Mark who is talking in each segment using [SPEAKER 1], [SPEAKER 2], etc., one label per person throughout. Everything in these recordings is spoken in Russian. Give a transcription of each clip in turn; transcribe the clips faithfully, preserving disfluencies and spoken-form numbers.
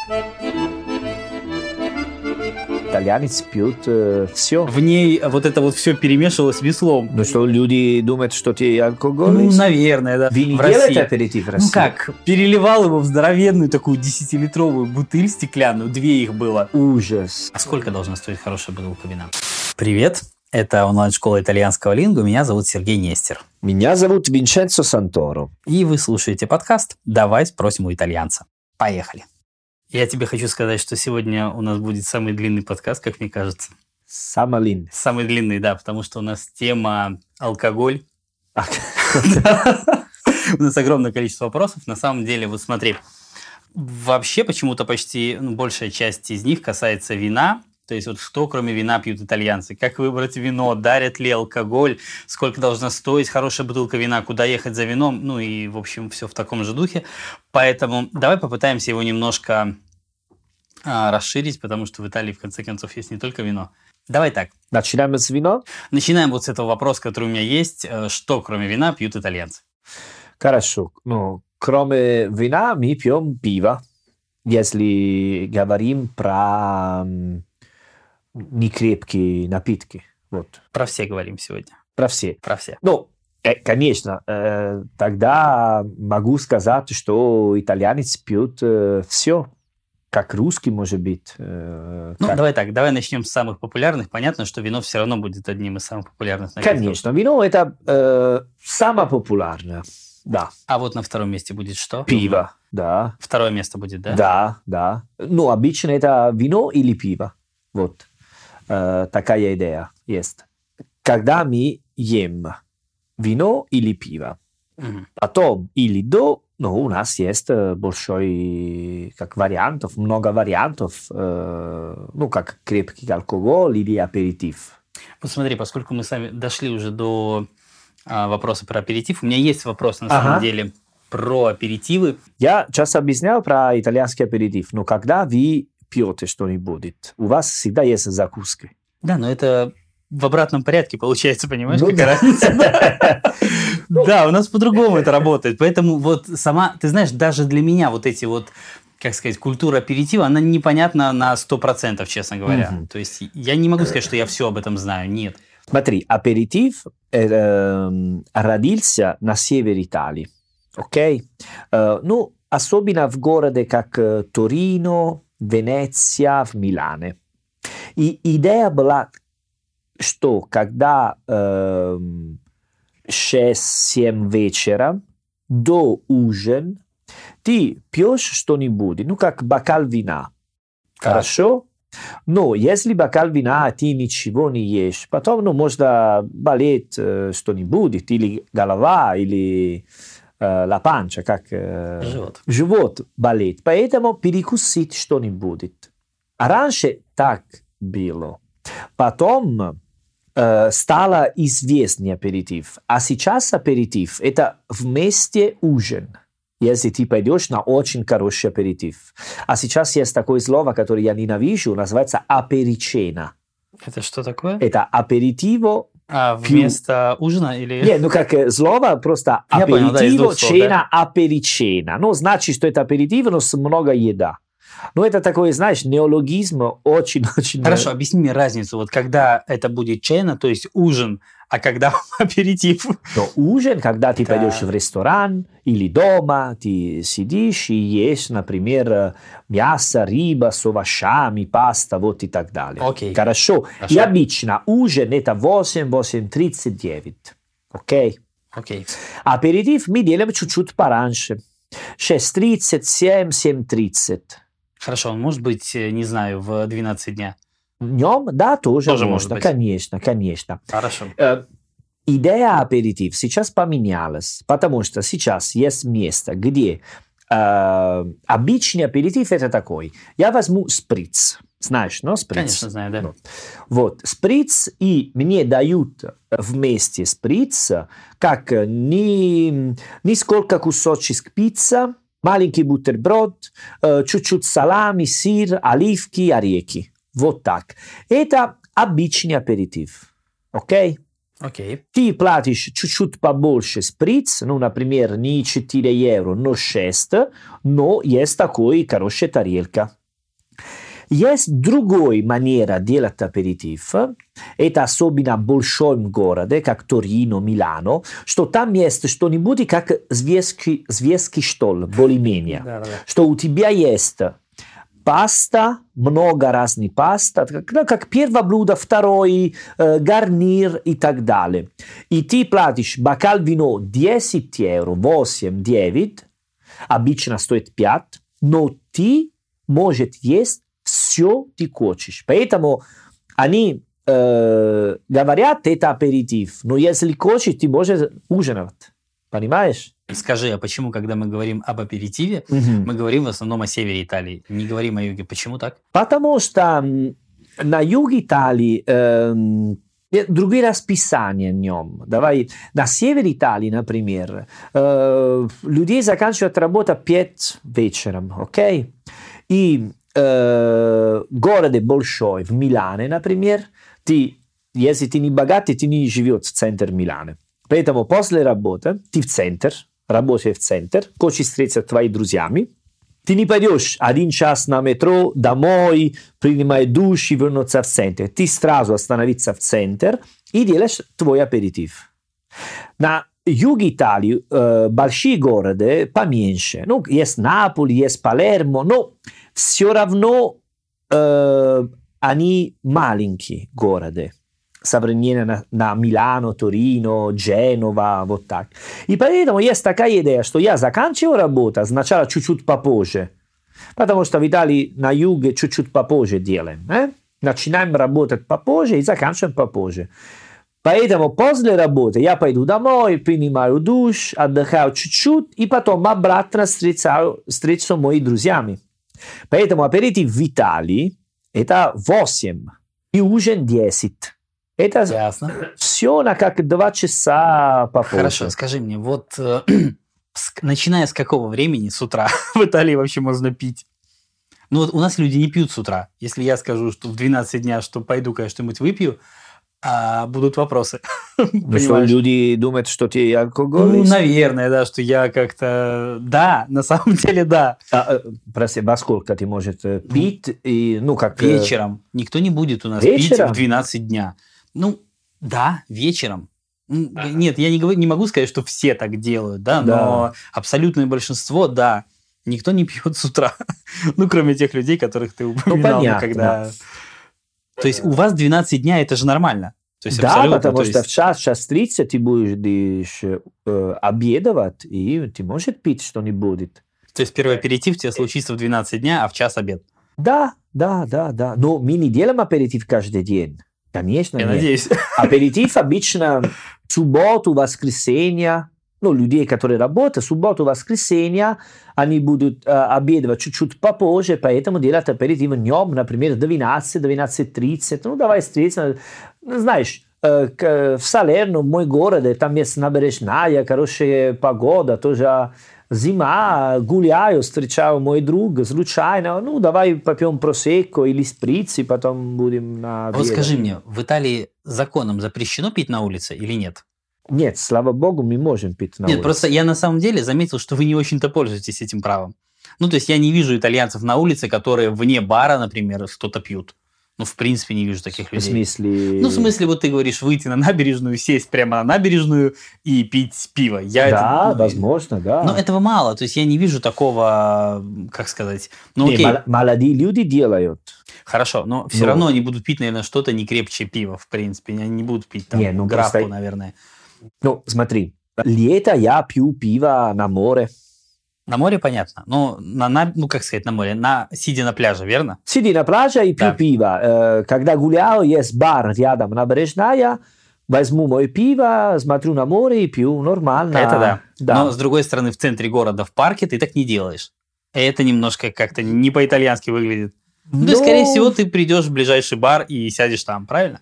[SPEAKER 1] Итальянец пьют э, все.
[SPEAKER 2] В ней вот это вот все перемешивалось веслом.
[SPEAKER 1] Ну что, люди думают, что ты алкоголь?
[SPEAKER 2] Ну, наверное, да.
[SPEAKER 1] Вы не
[SPEAKER 2] в
[SPEAKER 1] делаете
[SPEAKER 2] России.
[SPEAKER 1] аперитив в России?
[SPEAKER 2] Ну как, переливал его в здоровенную такую десятилитровую бутыль стеклянную, две их было.
[SPEAKER 1] Ужас.
[SPEAKER 2] А сколько должна стоить хорошая бутылка вина? Привет, это онлайн-школа итальянского лингу, меня зовут Сергей Нестер.
[SPEAKER 1] Меня зовут Винченцо Санторо.
[SPEAKER 2] И вы слушаете подкаст «Давай спросим у итальянца». Поехали. Я тебе хочу сказать, что сегодня у нас будет самый длинный подкаст, как мне кажется.
[SPEAKER 1] Самый длинный.
[SPEAKER 2] Самый длинный, да, потому что у нас тема алкоголь. У нас огромное количество вопросов. На самом деле, вот смотри, вообще почему-то почти ну, большая часть из них касается вина. То есть вот что кроме вина пьют итальянцы? Как выбрать вино? Дарят ли алкоголь? Сколько должна стоить хорошая бутылка вина? Куда ехать за вином? Ну и, в общем, все в таком же духе. Поэтому давай попытаемся его немножко а, расширить, потому что в Италии, в конце концов, есть не только вино. Давай так.
[SPEAKER 1] Начинаем с вина?
[SPEAKER 2] Начинаем вот с этого вопроса, который у меня есть. Что кроме вина пьют итальянцы?
[SPEAKER 1] Хорошо. Ну, кроме вина мы пьем пиво. Если говорим про некрепкие напитки. Вот.
[SPEAKER 2] Про все говорим сегодня.
[SPEAKER 1] Про все.
[SPEAKER 2] Про все.
[SPEAKER 1] Ну, э, конечно, э, тогда могу сказать, что итальянец пьет э, все. Как русский, может быть. Э,
[SPEAKER 2] ну,
[SPEAKER 1] как...
[SPEAKER 2] давай так, давай начнем с самых популярных. Понятно, что вино все равно будет одним из самых популярных напитков.
[SPEAKER 1] Конечно, вино это э, самое популярное. Да.
[SPEAKER 2] А вот на втором месте будет что?
[SPEAKER 1] Пиво, да.
[SPEAKER 2] Второе место будет, да?
[SPEAKER 1] Да, да. Ну, обычно это вино или пиво. Вот. Э, такая идея есть. Когда мы ем вино или пиво,
[SPEAKER 2] угу.
[SPEAKER 1] потом или до, ну, у нас есть большой, как вариантов, много вариантов, э, ну, как крепкий алкоголь или аперитив.
[SPEAKER 2] Вот смотри, поскольку мы сами дошли уже до а, вопроса про аперитив, у меня есть вопрос, на
[SPEAKER 1] ага.
[SPEAKER 2] самом деле, про аперитивы.
[SPEAKER 1] Я часто объяснял про итальянский аперитив, но когда вы пьете что-нибудь, у вас всегда есть закуски.
[SPEAKER 2] Да, но это в обратном порядке получается, понимаешь,
[SPEAKER 1] ну,
[SPEAKER 2] какая
[SPEAKER 1] да.
[SPEAKER 2] разница? Да, у нас по-другому это работает. Поэтому вот сама, ты знаешь, даже для меня вот эти вот, как сказать, культура аперитива, она непонятна на сто процентов, честно говоря. То есть я не могу сказать, что я все об этом знаю, нет.
[SPEAKER 1] Смотри, аперитив родился на севере Италии, окей? Ну, особенно в городе, как Торино, Венеция, в Милане. И идея была, что когда э, шесть-семь вечера до ужина ты пьешь что-нибудь, ну, как бокал вина.
[SPEAKER 2] Так.
[SPEAKER 1] Хорошо? Но если бокал вина ты ничего не ешь, потом ну, можно болеть э, что-нибудь, или голова, или э, la pancia, как э,
[SPEAKER 2] живот.
[SPEAKER 1] живот болит. Поэтому перекусить что-нибудь. А раньше так было. Потом э, стало известный аперитив. А сейчас аперитив – это вместе ужин. Если ты пойдешь на очень хороший аперитив. А сейчас есть такое слово, которое я ненавижу, называется аперичена.
[SPEAKER 2] Это что такое?
[SPEAKER 1] Это аперитиво.
[SPEAKER 2] А вместо пью... ужина или...
[SPEAKER 1] Нет, ну как слово просто
[SPEAKER 2] я
[SPEAKER 1] аперитиво,
[SPEAKER 2] понял, да,
[SPEAKER 1] чена,
[SPEAKER 2] да.
[SPEAKER 1] аперичена. Ну, значит, что это аперитиво, но с много еда. Ну, это такой, знаешь, неологизм очень-очень...
[SPEAKER 2] Хорошо, объясни мне разницу. Вот когда это будет чена, то есть ужин, а когда аперитив?
[SPEAKER 1] Но ужин, когда ты
[SPEAKER 2] да.
[SPEAKER 1] пойдешь в ресторан или дома, ты сидишь и ешь, например, мясо, рыба с овощами, паста, вот и так далее.
[SPEAKER 2] Окей.
[SPEAKER 1] Хорошо.
[SPEAKER 2] Хорошо.
[SPEAKER 1] И обычно ужин это восемь-восемь тридцать девять. Окей?
[SPEAKER 2] Окей.
[SPEAKER 1] Аперитив мы делаем чуть-чуть пораньше. шесть тридцать, семь, семь тридцать.
[SPEAKER 2] Хорошо, он может быть, не знаю, в двенадцать дня?
[SPEAKER 1] Днем, да, тоже,
[SPEAKER 2] тоже
[SPEAKER 1] можно,
[SPEAKER 2] может быть.
[SPEAKER 1] Конечно, конечно.
[SPEAKER 2] Хорошо.
[SPEAKER 1] Э, идея аперитив сейчас поменялась, потому что сейчас есть место, где э, обычный аперитив это такой. Я возьму сприц. Знаешь, но сприц?
[SPEAKER 2] Конечно, знаю, да.
[SPEAKER 1] Вот. вот, сприц, и мне дают вместе сприц, как не, несколько кусочек пиццы, маленький бутерброд, э, чуть-чуть салами, сыр, оливки, орехи. Вот так. Это обычный аперитив. Окей?
[SPEAKER 2] Окей.
[SPEAKER 1] Ты платишь чуть-чуть побольше сприц, ну, например, не четыре евро, но шесть, но есть такой хорошая тарелка. Есть другая манера делать аперитив. Это особенно в большом городе, как Торино, Милано, что там есть что-нибудь как светский, светский стол, более-менее.
[SPEAKER 2] Да, да, да.
[SPEAKER 1] Что у тебя есть паста, много разных паст, как, как первое блюдо, второй, э, гарнир и так далее. И ты платишь бокал вино десять евро, восемь, девять, обычно стоит пять, но ты можешь есть все ты хочешь. Поэтому они э, говорят, это аперитив, но если хочешь, ты можешь ужинать. Понимаешь?
[SPEAKER 2] Скажи, а почему, когда мы говорим об аперитиве,
[SPEAKER 1] Мгм.
[SPEAKER 2] мы говорим в основном о севере Италии, не говорим о юге? Почему так?
[SPEAKER 1] Потому что м, на юге Италии эм, э, другие расписания в нем. Давай, на севере Италии, например, э, людей заканчивают работу пять вечером, окей? И э, город большой, в Милане, например, ты, если ты не богатый, ты не живешь в центре Милана. Поэтому после работы ты в центр, работаешь в центр, хочешь встретиться с твоими друзьями, ты не пойдешь один час на метро домой, принимай душ и вернуться в центр. Ты сразу остановиться в центр и делаешь твой аперитив. На юге Италии э, большие города поменьше. Ну, есть Наполе, есть Палермо, но все равно э, они маленькие города. Современные на, на Милано, Торино, Женова, вот так. И поэтому есть такая идея, что я заканчиваю работу сначала чуть-чуть попозже, потому что в Италии на юге чуть-чуть попозже делаем. Э? Начинаем работать попозже и заканчиваем попозже. Поэтому после работы я пойду домой, принимаю душ, отдыхаю чуть-чуть, и потом обратно встречаю, встречу с моими друзьями. Поэтому аперитив в Италии это восемь и ужин десять. Это
[SPEAKER 2] Ясно.
[SPEAKER 1] все на как два часа попозже.
[SPEAKER 2] Хорошо, скажи мне, вот э, с- начиная с какого времени с утра в Италии вообще можно пить? Ну вот у нас люди не пьют с утра. Если я скажу, что в двенадцать дня, что пойду-ка я что-нибудь выпью, а будут вопросы.
[SPEAKER 1] Ну, что
[SPEAKER 2] Понимаешь?
[SPEAKER 1] люди думают, что ты
[SPEAKER 2] Ну,
[SPEAKER 1] алкоголист?
[SPEAKER 2] наверное, да, что я как-то... Да, на самом деле, да.
[SPEAKER 1] А, э, прости, во сколько ты можешь э, пить? И, ну, как... э,
[SPEAKER 2] Вечером. Никто не будет у нас
[SPEAKER 1] Вечером?
[SPEAKER 2] пить в двенадцать дня. Ну, да, вечером. М, Нет, я не, говорю, не могу сказать, что все так делают, да,
[SPEAKER 1] Да.
[SPEAKER 2] но абсолютное большинство, да. Никто не пьет с утра. Ну, кроме тех людей, которых ты упоминал.
[SPEAKER 1] понятно.
[SPEAKER 2] Когда... То есть у вас двенадцать дня, это же нормально. То есть
[SPEAKER 1] Да,
[SPEAKER 2] абсолютно,
[SPEAKER 1] потому
[SPEAKER 2] то
[SPEAKER 1] что
[SPEAKER 2] есть-
[SPEAKER 1] в час, час тридцать ты будешь э, обедать, и ты можешь пить что-нибудь.
[SPEAKER 2] То есть первый аперитив у тебя случится в двенадцать дня, а в час обед.
[SPEAKER 1] Да, да, да, да. Но мы не делаем аперитив каждый день. Конечно,
[SPEAKER 2] Я
[SPEAKER 1] нет.
[SPEAKER 2] надеюсь.
[SPEAKER 1] Аперитив обычно в субботу, воскресенье. Ну, людей, которые работают, субботу, воскресенье, они будут э, обедать чуть-чуть попозже, поэтому делать аперитив днем, например, двенадцать, двенадцать тридцать. Ну, давай встретиться. Знаешь, э, к- в Салерно, мой город, там есть набережная, хорошая погода, тоже зима, гуляю, встречаю мой друг, случайно, ну, давай попьем просекко или сприц, и потом будем на...
[SPEAKER 2] А вот
[SPEAKER 1] обед.
[SPEAKER 2] скажи мне, в Италии законом запрещено пить на улице или нет?
[SPEAKER 1] Нет, слава богу, мы можем пить на
[SPEAKER 2] Нет,
[SPEAKER 1] улице.
[SPEAKER 2] просто я на самом деле заметил, что вы не очень-то пользуетесь этим правом. Ну, то есть я не вижу итальянцев на улице, которые вне бара, например, что-то пьют. Ну, в принципе, не вижу таких
[SPEAKER 1] В
[SPEAKER 2] людей.
[SPEAKER 1] смысле...
[SPEAKER 2] Ну, в смысле, вот ты говоришь, выйти на набережную, сесть прямо на набережную и пить пиво. Я
[SPEAKER 1] Да,
[SPEAKER 2] это-
[SPEAKER 1] возможно, да.
[SPEAKER 2] Но этого мало, то есть я не вижу такого, как сказать, ну
[SPEAKER 1] Не,
[SPEAKER 2] окей,
[SPEAKER 1] мол- молодые люди делают.
[SPEAKER 2] хорошо, но все
[SPEAKER 1] Ну.
[SPEAKER 2] равно они будут пить, наверное, что-то не крепче пива, в принципе, они не будут пить там
[SPEAKER 1] Не, ну,
[SPEAKER 2] графу,
[SPEAKER 1] просто-
[SPEAKER 2] наверное.
[SPEAKER 1] Ну, смотри, лето я пью пиво на море.
[SPEAKER 2] На море понятно, но на, на- ну как сказать на море, на сидя на пляже, верно?
[SPEAKER 1] Сиди на пляже и пью
[SPEAKER 2] Да.
[SPEAKER 1] пиво. Э, Когда гуляю, есть бар рядом, набережная, возьму мое пиво, смотрю на море и пью нормально.
[SPEAKER 2] Это да.
[SPEAKER 1] Да.
[SPEAKER 2] Но с другой стороны, в центре города, в парке ты так не делаешь. Это немножко как-то не по-итальянски выглядит. Ну, то есть,
[SPEAKER 1] Ну,
[SPEAKER 2] скорее всего, ты придешь в ближайший бар и сядешь там, правильно?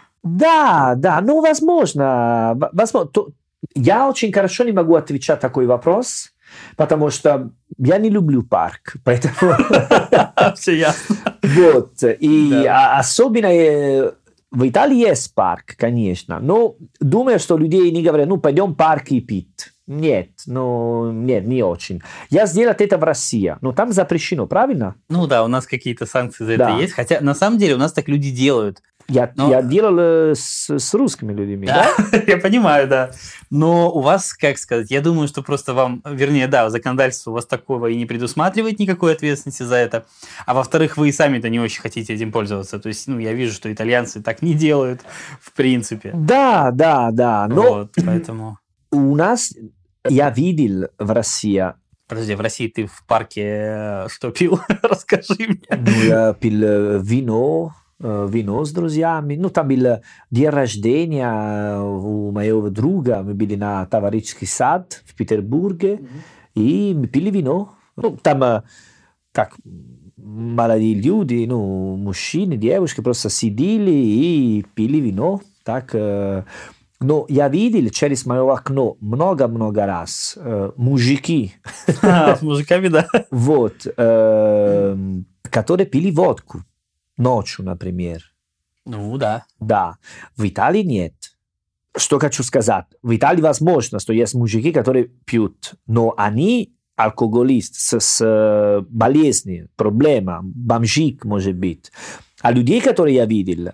[SPEAKER 1] Да, да, ну, возможно. в- возможно. То- Я очень хорошо не могу отвечать на такой вопрос, потому что я не люблю парк, поэтому...
[SPEAKER 2] Все ясно.
[SPEAKER 1] Вот, и
[SPEAKER 2] Да.
[SPEAKER 1] а- особенно э, в Италии есть парк, конечно, но думаю, что людей не говорят, ну, пойдем в парк и пить. нет, ну, нет, не очень. Я сделал это в России, но там запрещено, правильно?
[SPEAKER 2] Ну да, у нас какие-то санкции за
[SPEAKER 1] Да.
[SPEAKER 2] это есть, хотя на самом деле у нас так люди делают.
[SPEAKER 1] Я,
[SPEAKER 2] Но-
[SPEAKER 1] я делал э, с, с русскими людьми, да?
[SPEAKER 2] Да, я понимаю, да. Но у вас, как сказать, я думаю, что просто вам, вернее, да, законодательство у вас такого и не предусматривает никакой ответственности за это. А во-вторых, вы и сами-то не очень хотите этим пользоваться. То есть, ну, я вижу, что итальянцы так не делают, в принципе.
[SPEAKER 1] Да, да, да. Но
[SPEAKER 2] Вот, поэтому...
[SPEAKER 1] у нас, я видел в России,
[SPEAKER 2] Подожди, в России ты в парке э, что пил? Расскажи мне.
[SPEAKER 1] ну, я пил э, вино, э, вино с друзьями. Ну, там был день рождения у моего друга. Мы были на товарищеский сад в Петербурге, и мы пили вино. Ну, там э, так молодые люди, ну, мужчины, девушки просто сидели и пили вино. Так, э, но я видел через мое окно много-много раз э, мужики,
[SPEAKER 2] А, с мужиками, да.
[SPEAKER 1] вот, э, которые пили водку ночью, например.
[SPEAKER 2] Ну, да.
[SPEAKER 1] Да, в Италии нет. Что хочу сказать? В Италии возможно, что есть мужики, которые пьют, но они алкоголисты с, с болезнью, проблема, бомжик, может быть. А людей, которые я видел,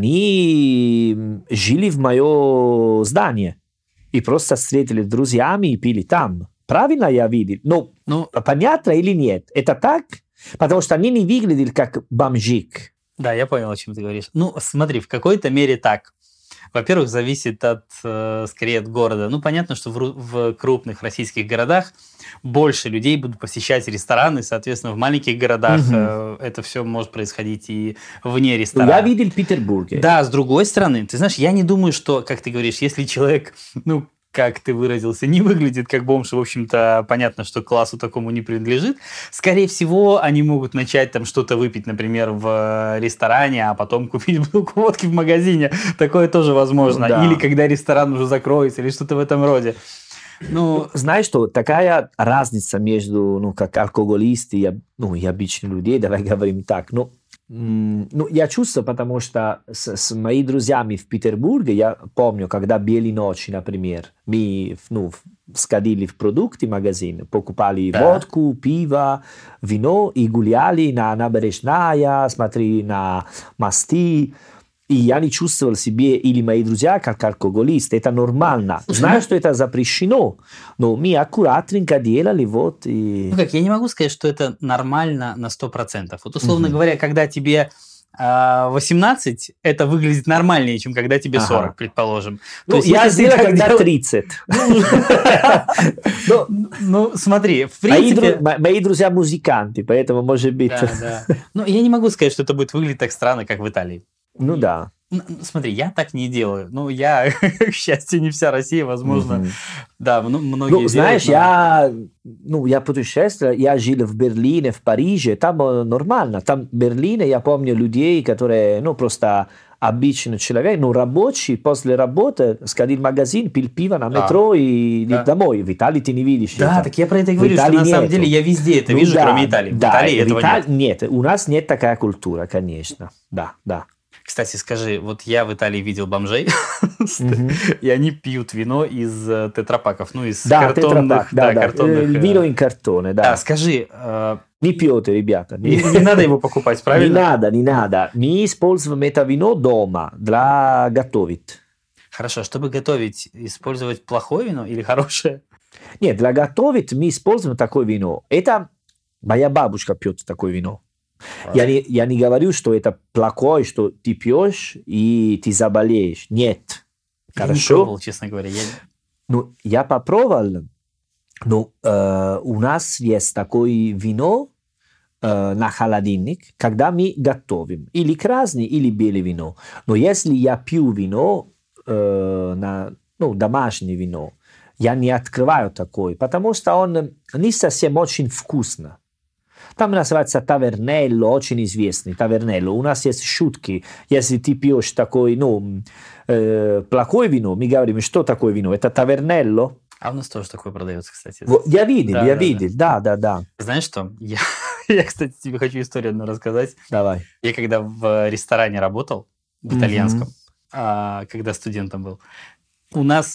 [SPEAKER 1] они жили в мое здание и просто встретили с друзьями и пили там. Правильно я видел? Ну,
[SPEAKER 2] Ну,
[SPEAKER 1] понятно или нет? Это так? Потому что они не выглядели как бомжик.
[SPEAKER 2] да, я понял, о чем ты говоришь. Ну, смотри, в какой-то мере так. Во-первых, зависит от, э, скорее от города. Ну, понятно, что в, ру- в крупных российских городах больше людей будут посещать рестораны, соответственно, в маленьких городах
[SPEAKER 1] Мгм.
[SPEAKER 2] э, это все может происходить и вне
[SPEAKER 1] Ну,
[SPEAKER 2] ресторана.
[SPEAKER 1] я видел в Петербурге.
[SPEAKER 2] Да, с другой стороны, ты знаешь, я не думаю, что, как ты говоришь, если человек, ну, как ты выразился, не выглядит как бомж, и, в общем-то, понятно, что классу такому не принадлежит, скорее всего, они могут начать там что-то выпить, например, в ресторане, а потом купить бутылку водки в магазине. Такое тоже возможно.
[SPEAKER 1] Да.
[SPEAKER 2] Или когда ресторан уже закроется, или что-то в этом роде. Ну,
[SPEAKER 1] Знаешь что, такая разница между, ну, как алкоголисты и, об- ну, и обычные людей, давай говорим так, ну, м, ну, я чувствую, потому что с, с моими друзьями в Петербурге, я помню, когда были ночи, например, мы, ну, сходили в продукты магазин, покупали
[SPEAKER 2] Да.
[SPEAKER 1] водку, пиво, вино и гуляли на набережная, смотрели на мосты. И я не чувствовал себе или мои друзья как алкоголисты. Это нормально. Знаю, что это запрещено, но мы аккуратненько делали, вот, и...
[SPEAKER 2] ну как, я не могу сказать, что это нормально на сто процентов. Вот, условно
[SPEAKER 1] Мгм.
[SPEAKER 2] говоря, когда тебе а, восемнадцать, это выглядит нормальнее, чем когда тебе
[SPEAKER 1] Ага.
[SPEAKER 2] сорок, предположим. То
[SPEAKER 1] Ну,
[SPEAKER 2] есть,
[SPEAKER 1] я
[SPEAKER 2] если ты
[SPEAKER 1] сделал,
[SPEAKER 2] так
[SPEAKER 1] когда
[SPEAKER 2] дел-
[SPEAKER 1] тридцать. Ну,
[SPEAKER 2] Ну, смотри, в
[SPEAKER 1] мои,
[SPEAKER 2] принципе...
[SPEAKER 1] дру- мо- мои друзья музыканты, поэтому, может быть...
[SPEAKER 2] Да, да. Ну, я не могу сказать, что это будет выглядеть так странно, как в Италии.
[SPEAKER 1] Ну да.
[SPEAKER 2] Н- н- Смотри, я так не делаю. Ну, я, к счастью, не вся Россия, возможно.
[SPEAKER 1] Мгм.
[SPEAKER 2] Да, мно- многие
[SPEAKER 1] Ну, знаешь,
[SPEAKER 2] делают, но-
[SPEAKER 1] я, ну, я путешествовал, я жил в Берлине, в Париже, там э, нормально. Там в Берлине я помню людей, которые, ну, просто обычный человек, ну, рабочий, после работы сходил в магазин, пил пиво на
[SPEAKER 2] Да.
[SPEAKER 1] метро и
[SPEAKER 2] Да.
[SPEAKER 1] домой. В Италии ты не видишь
[SPEAKER 2] Да,
[SPEAKER 1] это.
[SPEAKER 2] так я про это и
[SPEAKER 1] В
[SPEAKER 2] говорю, что
[SPEAKER 1] Италии
[SPEAKER 2] на самом
[SPEAKER 1] нету.
[SPEAKER 2] деле я везде это
[SPEAKER 1] Ну
[SPEAKER 2] вижу,
[SPEAKER 1] да,
[SPEAKER 2] кроме Италии. В
[SPEAKER 1] да,
[SPEAKER 2] Италии
[SPEAKER 1] в
[SPEAKER 2] этого
[SPEAKER 1] Италии
[SPEAKER 2] нет.
[SPEAKER 1] нет. У нас нет такая культура, конечно. Да, да.
[SPEAKER 2] Кстати, скажи, вот я в Италии видел бомжей,
[SPEAKER 1] Мгм.
[SPEAKER 2] и они пьют вино из э, тетрапаков, ну, из
[SPEAKER 1] Да,
[SPEAKER 2] картонных,
[SPEAKER 1] тетрапак,
[SPEAKER 2] да,
[SPEAKER 1] да, да.
[SPEAKER 2] картонных.
[SPEAKER 1] Э,
[SPEAKER 2] э,
[SPEAKER 1] Вино in картоне,
[SPEAKER 2] Да,
[SPEAKER 1] да.
[SPEAKER 2] скажи, э,
[SPEAKER 1] Не пьете, ребята.
[SPEAKER 2] не, не надо его покупать,
[SPEAKER 1] Не
[SPEAKER 2] правильно?
[SPEAKER 1] надо, не надо. Мы используем это вино дома для готовить.
[SPEAKER 2] Хорошо, чтобы готовить, использовать плохое вино или хорошее?
[SPEAKER 1] Нет, для готовить мы используем такое вино. Это моя бабушка пьет такое вино. Я не, я не говорю, что это плохое, что ты пьешь и ты заболеешь. Нет.
[SPEAKER 2] Я не
[SPEAKER 1] Хорошо?
[SPEAKER 2] пробовал, честно говоря. Я...
[SPEAKER 1] Ну, я попробовал. Но э, у нас есть такое вино э, на холодильник, когда мы готовим. Или красное, или белое вино. Но если я пью вино, э, на, ну, домашнее вино, я не открываю такое, потому что он не совсем очень вкусно. Там называется тавернелло, очень известный тавернелло. У нас есть шутки. Если ты пьешь такое, ну, э, плохое вино, мы говорим, что такое вино? Это тавернелло?
[SPEAKER 2] А у нас тоже такое продается, кстати.
[SPEAKER 1] Вот, я видел,
[SPEAKER 2] Да,
[SPEAKER 1] я
[SPEAKER 2] да,
[SPEAKER 1] видел. Да, да, да.
[SPEAKER 2] Знаешь что? Я, я, кстати, тебе хочу историю одну рассказать.
[SPEAKER 1] Давай.
[SPEAKER 2] Я когда в ресторане работал, в
[SPEAKER 1] Мгм.
[SPEAKER 2] итальянском, а, когда студентом был, у нас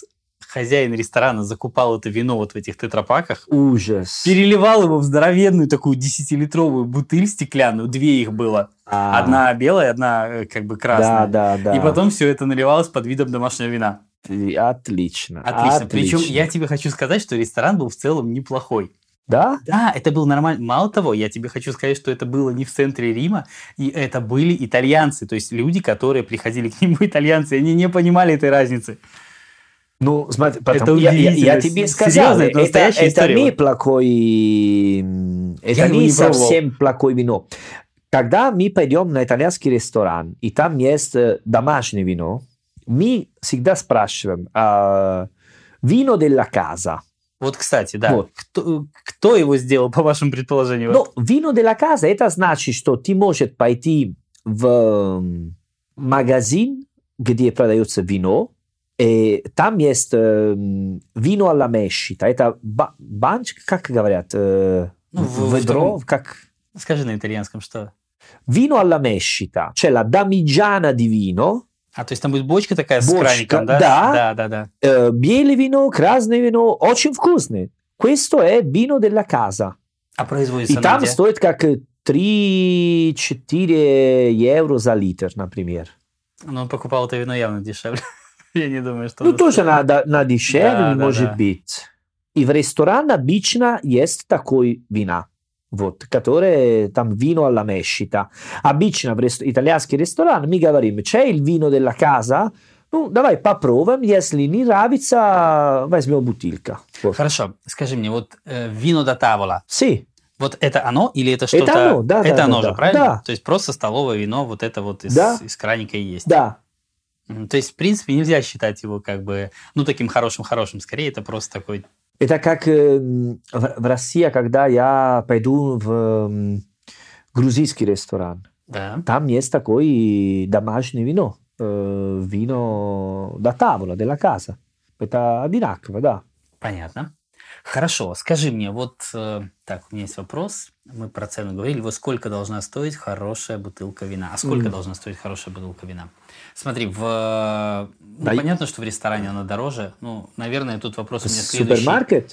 [SPEAKER 2] хозяин ресторана закупал это вино вот в этих тетрапаках,
[SPEAKER 1] Ужас.
[SPEAKER 2] переливал его в здоровенную такую десятилитровую бутыль стеклянную, две их было.
[SPEAKER 1] А,
[SPEAKER 2] Одна белая, одна э, как бы красная.
[SPEAKER 1] Да, да, да.
[SPEAKER 2] И потом все это наливалось под видом домашнего вина.
[SPEAKER 1] И Отлично.
[SPEAKER 2] Отлично. Причем я тебе хочу сказать, что ресторан был в целом неплохой.
[SPEAKER 1] Да?
[SPEAKER 2] Да, это был нормально. Мало того, я тебе хочу сказать, что это было не в центре Рима, и это были итальянцы, то есть люди, которые приходили к нему, итальянцы, и они не понимали этой разницы.
[SPEAKER 1] Ну, смотри,
[SPEAKER 2] Это
[SPEAKER 1] потом я, я, я
[SPEAKER 2] удивительно.
[SPEAKER 1] тебе
[SPEAKER 2] Серьезно,
[SPEAKER 1] сказал,
[SPEAKER 2] это
[SPEAKER 1] это,
[SPEAKER 2] настоящая
[SPEAKER 1] это
[SPEAKER 2] история.
[SPEAKER 1] не плохой, это
[SPEAKER 2] его
[SPEAKER 1] не,
[SPEAKER 2] не пробовал.
[SPEAKER 1] совсем плохое вино. Когда мы пойдем на итальянский ресторан, и там есть э, домашнее вино, мы всегда спрашиваем а, вино della casa.
[SPEAKER 2] Вот, кстати, да.
[SPEAKER 1] Вот.
[SPEAKER 2] Кто, кто его сделал, по вашему предположению?
[SPEAKER 1] Но вино della casa, это значит, что ты можешь пойти в м, магазин, где продается вино, и там есть э, вино alla mescita. Это ба- банчик, как говорят, э,
[SPEAKER 2] Ну, в-
[SPEAKER 1] ведро,
[SPEAKER 2] в таком-
[SPEAKER 1] как...
[SPEAKER 2] Скажи на итальянском, что?
[SPEAKER 1] Vino alla mescita, cioè la damigiana di vino,
[SPEAKER 2] А, то есть там будет бочка такая с
[SPEAKER 1] Бочка,
[SPEAKER 2] краником, да?
[SPEAKER 1] да.
[SPEAKER 2] Да, да, да.
[SPEAKER 1] eh, biele vino, красное вино, очень вкусное. Questo è vino della casa.
[SPEAKER 2] А
[SPEAKER 1] И
[SPEAKER 2] производится она
[SPEAKER 1] там
[SPEAKER 2] где?
[SPEAKER 1] стоит как три-четыре евро за литр, например.
[SPEAKER 2] Ну, он покупал это вино явно дешевле. Я не думаю, что...
[SPEAKER 1] Ну,
[SPEAKER 2] оно
[SPEAKER 1] тоже
[SPEAKER 2] стоит.
[SPEAKER 1] на, на дешевле,
[SPEAKER 2] Да, да,
[SPEAKER 1] может
[SPEAKER 2] да.
[SPEAKER 1] быть. И в ресторане обычно есть такой вина, вот, который там vino alla mescita. Обычно в рес- итальянский ресторан мы говорим, c'è il vino della casa? Ну, давай попробуем, если не нравится, возьмем бутылка. Вот.
[SPEAKER 2] Хорошо, скажи мне, вот э, вино да тавола,
[SPEAKER 1] Sì,
[SPEAKER 2] вот это оно или это что-то...
[SPEAKER 1] Это оно, да,
[SPEAKER 2] Это
[SPEAKER 1] да,
[SPEAKER 2] оно
[SPEAKER 1] да,
[SPEAKER 2] же,
[SPEAKER 1] да.
[SPEAKER 2] правильно?
[SPEAKER 1] Да.
[SPEAKER 2] То есть просто столовое вино, вот это вот из,
[SPEAKER 1] Да.
[SPEAKER 2] из краника и есть.
[SPEAKER 1] да.
[SPEAKER 2] Мгм. То есть, в принципе, нельзя считать его как бы, ну, таким хорошим-хорошим. Скорее, это просто такой...
[SPEAKER 1] Это как э, в, в России, когда я пойду в м, грузинский ресторан.
[SPEAKER 2] Да.
[SPEAKER 1] Там есть такое домашнее вино. э, Вино da tavola, della casa. Это одинаково, да.
[SPEAKER 2] Понятно. Хорошо, скажи мне, вот э, так, у меня есть вопрос. Мы про цену говорили. Вот сколько должна стоить хорошая бутылка вина? А сколько
[SPEAKER 1] Мгм.
[SPEAKER 2] должна стоить хорошая бутылка вина? Смотри, в, э, ну,
[SPEAKER 1] Да.
[SPEAKER 2] понятно, что в ресторане она дороже. Ну, наверное, тут вопрос у меня следующий.
[SPEAKER 1] Супермаркет?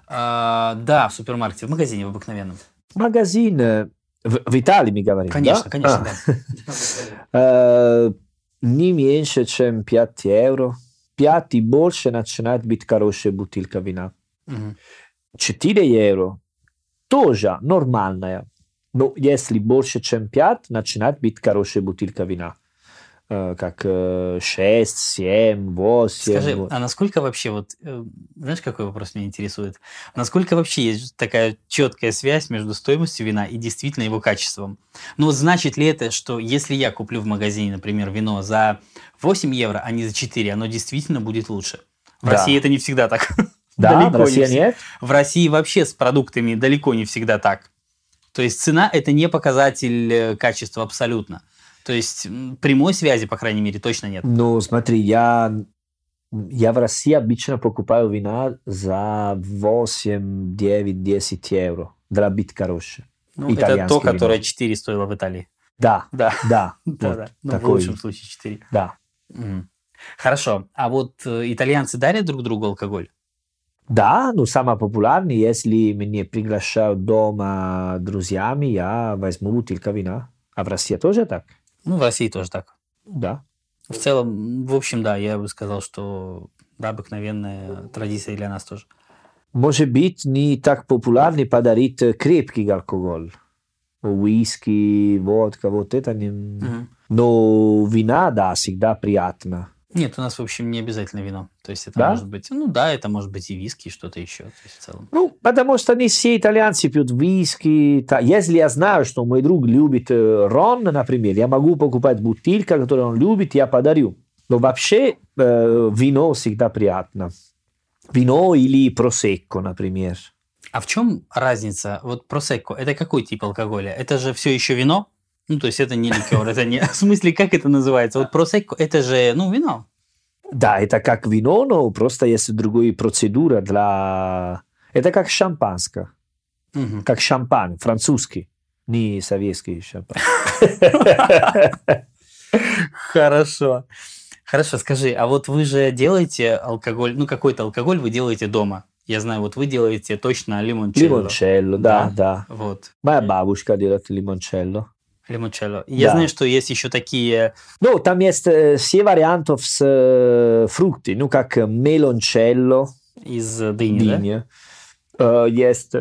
[SPEAKER 2] А, да, в супермаркете, в магазине, в обыкновенном.
[SPEAKER 1] Магазин. э, В, в Италии мы говорим,
[SPEAKER 2] Конечно,
[SPEAKER 1] да?
[SPEAKER 2] конечно,
[SPEAKER 1] А.
[SPEAKER 2] да.
[SPEAKER 1] Э, Не меньше, чем пять евро. пять и больше начинает быть хорошая бутылка вина.
[SPEAKER 2] Мгм.
[SPEAKER 1] четыре евро тоже нормальная. Но если больше, чем пять, начинает быть хорошая бутылка вина. Э, Как э, шесть, семь, восемь.
[SPEAKER 2] Скажи,
[SPEAKER 1] вот.
[SPEAKER 2] а насколько вообще, вот, э, знаешь, какой вопрос меня интересует? Насколько вообще есть такая четкая связь между стоимостью вина и действительно его качеством? Ну, вот значит ли это, что если я куплю в магазине, например, вино за восемь евро, а не за четыре, оно действительно будет лучше? В
[SPEAKER 1] Да.
[SPEAKER 2] России это не всегда так.
[SPEAKER 1] Да,
[SPEAKER 2] Далеко
[SPEAKER 1] в
[SPEAKER 2] не
[SPEAKER 1] России
[SPEAKER 2] всегда.
[SPEAKER 1] нет?
[SPEAKER 2] В России вообще с продуктами далеко не всегда так. То есть цена – это не показатель э, качества абсолютно. То есть м, прямой связи, по крайней мере, точно нет.
[SPEAKER 1] Ну, смотри, я, я в России обычно покупаю вина за восемь, девять, десять евро. Для быть хорошая.
[SPEAKER 2] Ну, это
[SPEAKER 1] Итальянское
[SPEAKER 2] то,
[SPEAKER 1] вино.
[SPEAKER 2] которое четыре стоило в Италии.
[SPEAKER 1] Да,
[SPEAKER 2] Да,
[SPEAKER 1] да.
[SPEAKER 2] да,
[SPEAKER 1] вот
[SPEAKER 2] да. Ну, в
[SPEAKER 1] такой,
[SPEAKER 2] лучшем случае четыре.
[SPEAKER 1] да.
[SPEAKER 2] Мгм. Хорошо. А вот э, итальянцы дарят друг другу алкоголь?
[SPEAKER 1] Да, ну самое популярное, если меня приглашают дома друзьями, я возьму бутылку вина. А в России тоже так?
[SPEAKER 2] Ну, в России тоже так.
[SPEAKER 1] Да.
[SPEAKER 2] В целом, в общем, да, я бы сказал, что да, обыкновенная традиция для нас тоже.
[SPEAKER 1] Может быть, не так популярно подарить крепкий алкоголь. Виски, водка, вот это не...
[SPEAKER 2] Мгм.
[SPEAKER 1] Но вина, да, всегда приятно.
[SPEAKER 2] Нет, у нас, в общем, не обязательно вино. То есть это
[SPEAKER 1] Да?
[SPEAKER 2] может быть, ну да, это может быть и виски, и что-то еще. То есть в целом.
[SPEAKER 1] Ну, потому что не все итальянцы пьют виски. Та- Если я знаю, что мой друг любит э, ром, например, я могу покупать бутылку, которую он любит, я подарю. Но вообще э, вино всегда приятно. Вино или просекко, например.
[SPEAKER 2] А в чем разница? Вот просекко, это какой тип алкоголя? Это же все еще вино? Ну, то есть это не ликер, это не... В смысле, как это называется? Вот просекко, это же, ну, вино.
[SPEAKER 1] Да, это как вино, но просто есть другая процедура для... Это как шампанское.
[SPEAKER 2] Мгм.
[SPEAKER 1] Как шампань, французский. Не советский шампань.
[SPEAKER 2] Хорошо. Хорошо, скажи, а вот вы же делаете алкоголь, ну какой-то алкоголь вы делаете дома. Я знаю, вот вы делаете точно лимончелло.
[SPEAKER 1] Лимончелло, да,
[SPEAKER 2] Да?
[SPEAKER 1] да.
[SPEAKER 2] Вот.
[SPEAKER 1] Моя бабушка делает лимончелло.
[SPEAKER 2] Лимончелло. Я
[SPEAKER 1] Да.
[SPEAKER 2] знаю, что есть еще такие...
[SPEAKER 1] Ну, там есть э, все вариантов с э, фрукты, ну, как мелончелло,
[SPEAKER 2] Из дыни,
[SPEAKER 1] дыня. Э, есть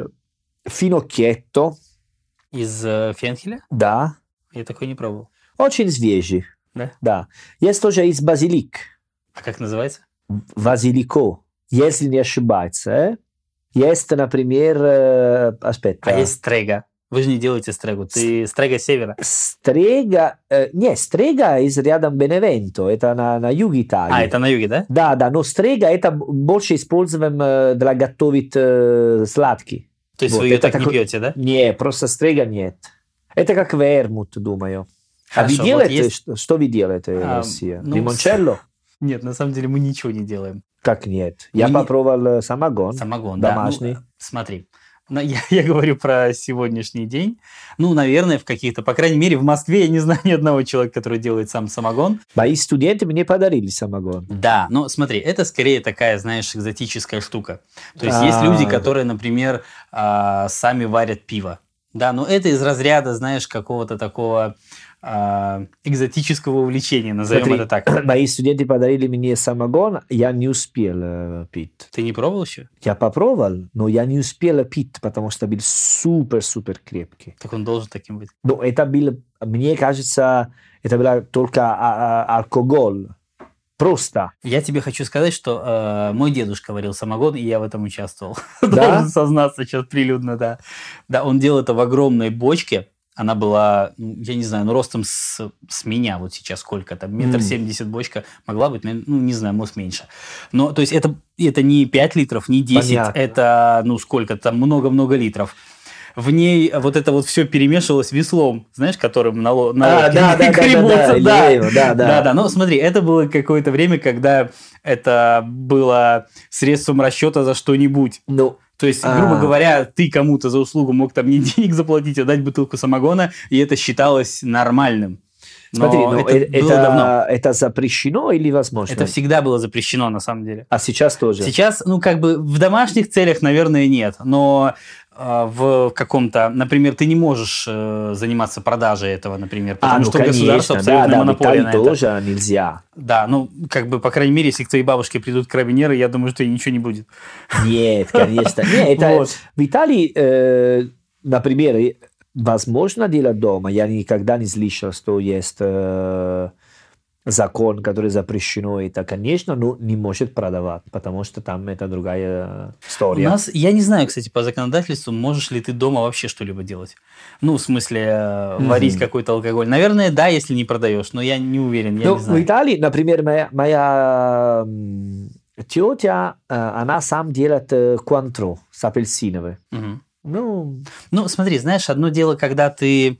[SPEAKER 1] финоккетто,
[SPEAKER 2] да? Из э, фенхеля?
[SPEAKER 1] да,
[SPEAKER 2] Я такой не пробовал.
[SPEAKER 1] очень свежий,
[SPEAKER 2] Да?
[SPEAKER 1] да. Есть тоже из базилик,
[SPEAKER 2] А как называется?
[SPEAKER 1] базилико, если не ошибаюсь. Э? Есть, например, э, аспetta.
[SPEAKER 2] А есть стрега. Вы же не делаете стрегу. Ты стрега севера.
[SPEAKER 1] Стрега, э, нет, стрега из рядом Беневенто, это на, на юге Италии.
[SPEAKER 2] А, это на юге, да?
[SPEAKER 1] Да, да, но стрега это больше используем э, для готовить э, сладкий.
[SPEAKER 2] То есть
[SPEAKER 1] Вот,
[SPEAKER 2] вы ее
[SPEAKER 1] это
[SPEAKER 2] так не
[SPEAKER 1] такой-
[SPEAKER 2] пьете, да?
[SPEAKER 1] Не, просто стрега нет. Это как вермут, думаю. А вы
[SPEAKER 2] Хорошо, вот
[SPEAKER 1] делаете,
[SPEAKER 2] есть-
[SPEAKER 1] что, что вы делаете в
[SPEAKER 2] А,
[SPEAKER 1] России?
[SPEAKER 2] ну,
[SPEAKER 1] Лимончелло?
[SPEAKER 2] Нет, на самом деле мы ничего не делаем.
[SPEAKER 1] Как нет? Я
[SPEAKER 2] не-
[SPEAKER 1] попробовал э, самогон.
[SPEAKER 2] Самогон, да.
[SPEAKER 1] Домашний.
[SPEAKER 2] Ну, смотри, на- я, я говорю про сегодняшний день. Ну, наверное, в каких-то, по крайней мере, в Москве я не знаю ни одного человека, который делает сам самогон.
[SPEAKER 1] Мои студенты мне подарили самогон.
[SPEAKER 2] Да, но смотри, это скорее такая, знаешь, экзотическая штука. То есть
[SPEAKER 1] А.
[SPEAKER 2] есть люди, которые, например, а, сами варят пиво. Да, но это из разряда, знаешь, какого-то такого а, экзотического увлечения, назовем
[SPEAKER 1] Смотри,
[SPEAKER 2] это так.
[SPEAKER 1] мои студенты подарили мне самогон, я не успел э, пить.
[SPEAKER 2] Ты не пробовал еще?
[SPEAKER 1] Я попробовал, но я не успел пить, потому что был супер-супер крепкий.
[SPEAKER 2] Так он должен таким быть.
[SPEAKER 1] Но это был, мне кажется, это был только а, а, алкоголь. Просто.
[SPEAKER 2] Я тебе хочу сказать, что э, мой дедушка варил самогон, и я в этом участвовал.
[SPEAKER 1] Да?
[SPEAKER 2] Должен сознаться сейчас прилюдно, да. Да, он делал это в огромной бочке. Она была, ну, я не знаю, ну, ростом с, с меня, вот сейчас сколько там, метр
[SPEAKER 1] М.
[SPEAKER 2] семьдесят бочка могла быть, ну, не знаю, может, меньше. Но, то есть, это, это не пять литров, не десять,
[SPEAKER 1] Понятно.
[SPEAKER 2] это, ну, сколько, там много-много литров. В ней вот это вот все перемешивалось веслом, знаешь, которым на, ло- на
[SPEAKER 1] А,
[SPEAKER 2] лодке
[SPEAKER 1] да, да, да,
[SPEAKER 2] гребутся,
[SPEAKER 1] да, да,
[SPEAKER 2] да.
[SPEAKER 1] Лео, да, да.
[SPEAKER 2] Да, да. Ну, смотри, это было какое-то время, когда это было средством расчета за что-нибудь.
[SPEAKER 1] Ну,
[SPEAKER 2] То есть,
[SPEAKER 1] А.
[SPEAKER 2] грубо говоря, ты кому-то за услугу мог там не денег заплатить, а дать бутылку самогона, и это считалось нормальным. Но
[SPEAKER 1] смотри, ну,
[SPEAKER 2] это
[SPEAKER 1] э-
[SPEAKER 2] было
[SPEAKER 1] это,
[SPEAKER 2] давно.
[SPEAKER 1] это запрещено или возможно?
[SPEAKER 2] Это всегда было запрещено, на самом деле.
[SPEAKER 1] А сейчас тоже?
[SPEAKER 2] Сейчас, ну, как бы в домашних целях, наверное, нет, но э, в каком-то, например, ты не можешь э, заниматься продажей этого, например, потому
[SPEAKER 1] А, ну,
[SPEAKER 2] что у государства
[SPEAKER 1] конечно,
[SPEAKER 2] абсолютная
[SPEAKER 1] да, да, в
[SPEAKER 2] монополия
[SPEAKER 1] Италии
[SPEAKER 2] на это.
[SPEAKER 1] тоже нельзя.
[SPEAKER 2] Да, ну, как бы, по крайней мере, если к твоей бабушке придут карабинеры, я думаю, что ей ничего не будет.
[SPEAKER 1] Нет, конечно. Нет, это,
[SPEAKER 2] Вот.
[SPEAKER 1] в Италии, э, например, э, возможно делать дома. Я никогда не слышал, что есть э, закон, который запрещено это, конечно, но не может продавать, потому что там это другая
[SPEAKER 2] У
[SPEAKER 1] история.
[SPEAKER 2] нас, я не знаю, кстати, по законодательству, можешь ли ты дома вообще что-либо делать. Ну, в смысле, э,
[SPEAKER 1] Мгм.
[SPEAKER 2] варить какой-то алкоголь. Наверное, да, если не продаешь, но я не уверен, я
[SPEAKER 1] Ну,
[SPEAKER 2] не
[SPEAKER 1] в
[SPEAKER 2] знаю.
[SPEAKER 1] Италии, например, моя, моя м, тетя, э, она сам делает э, куантро с апельсиновой.
[SPEAKER 2] Мгм.
[SPEAKER 1] Ну,
[SPEAKER 2] Ну, смотри, знаешь, одно дело, когда ты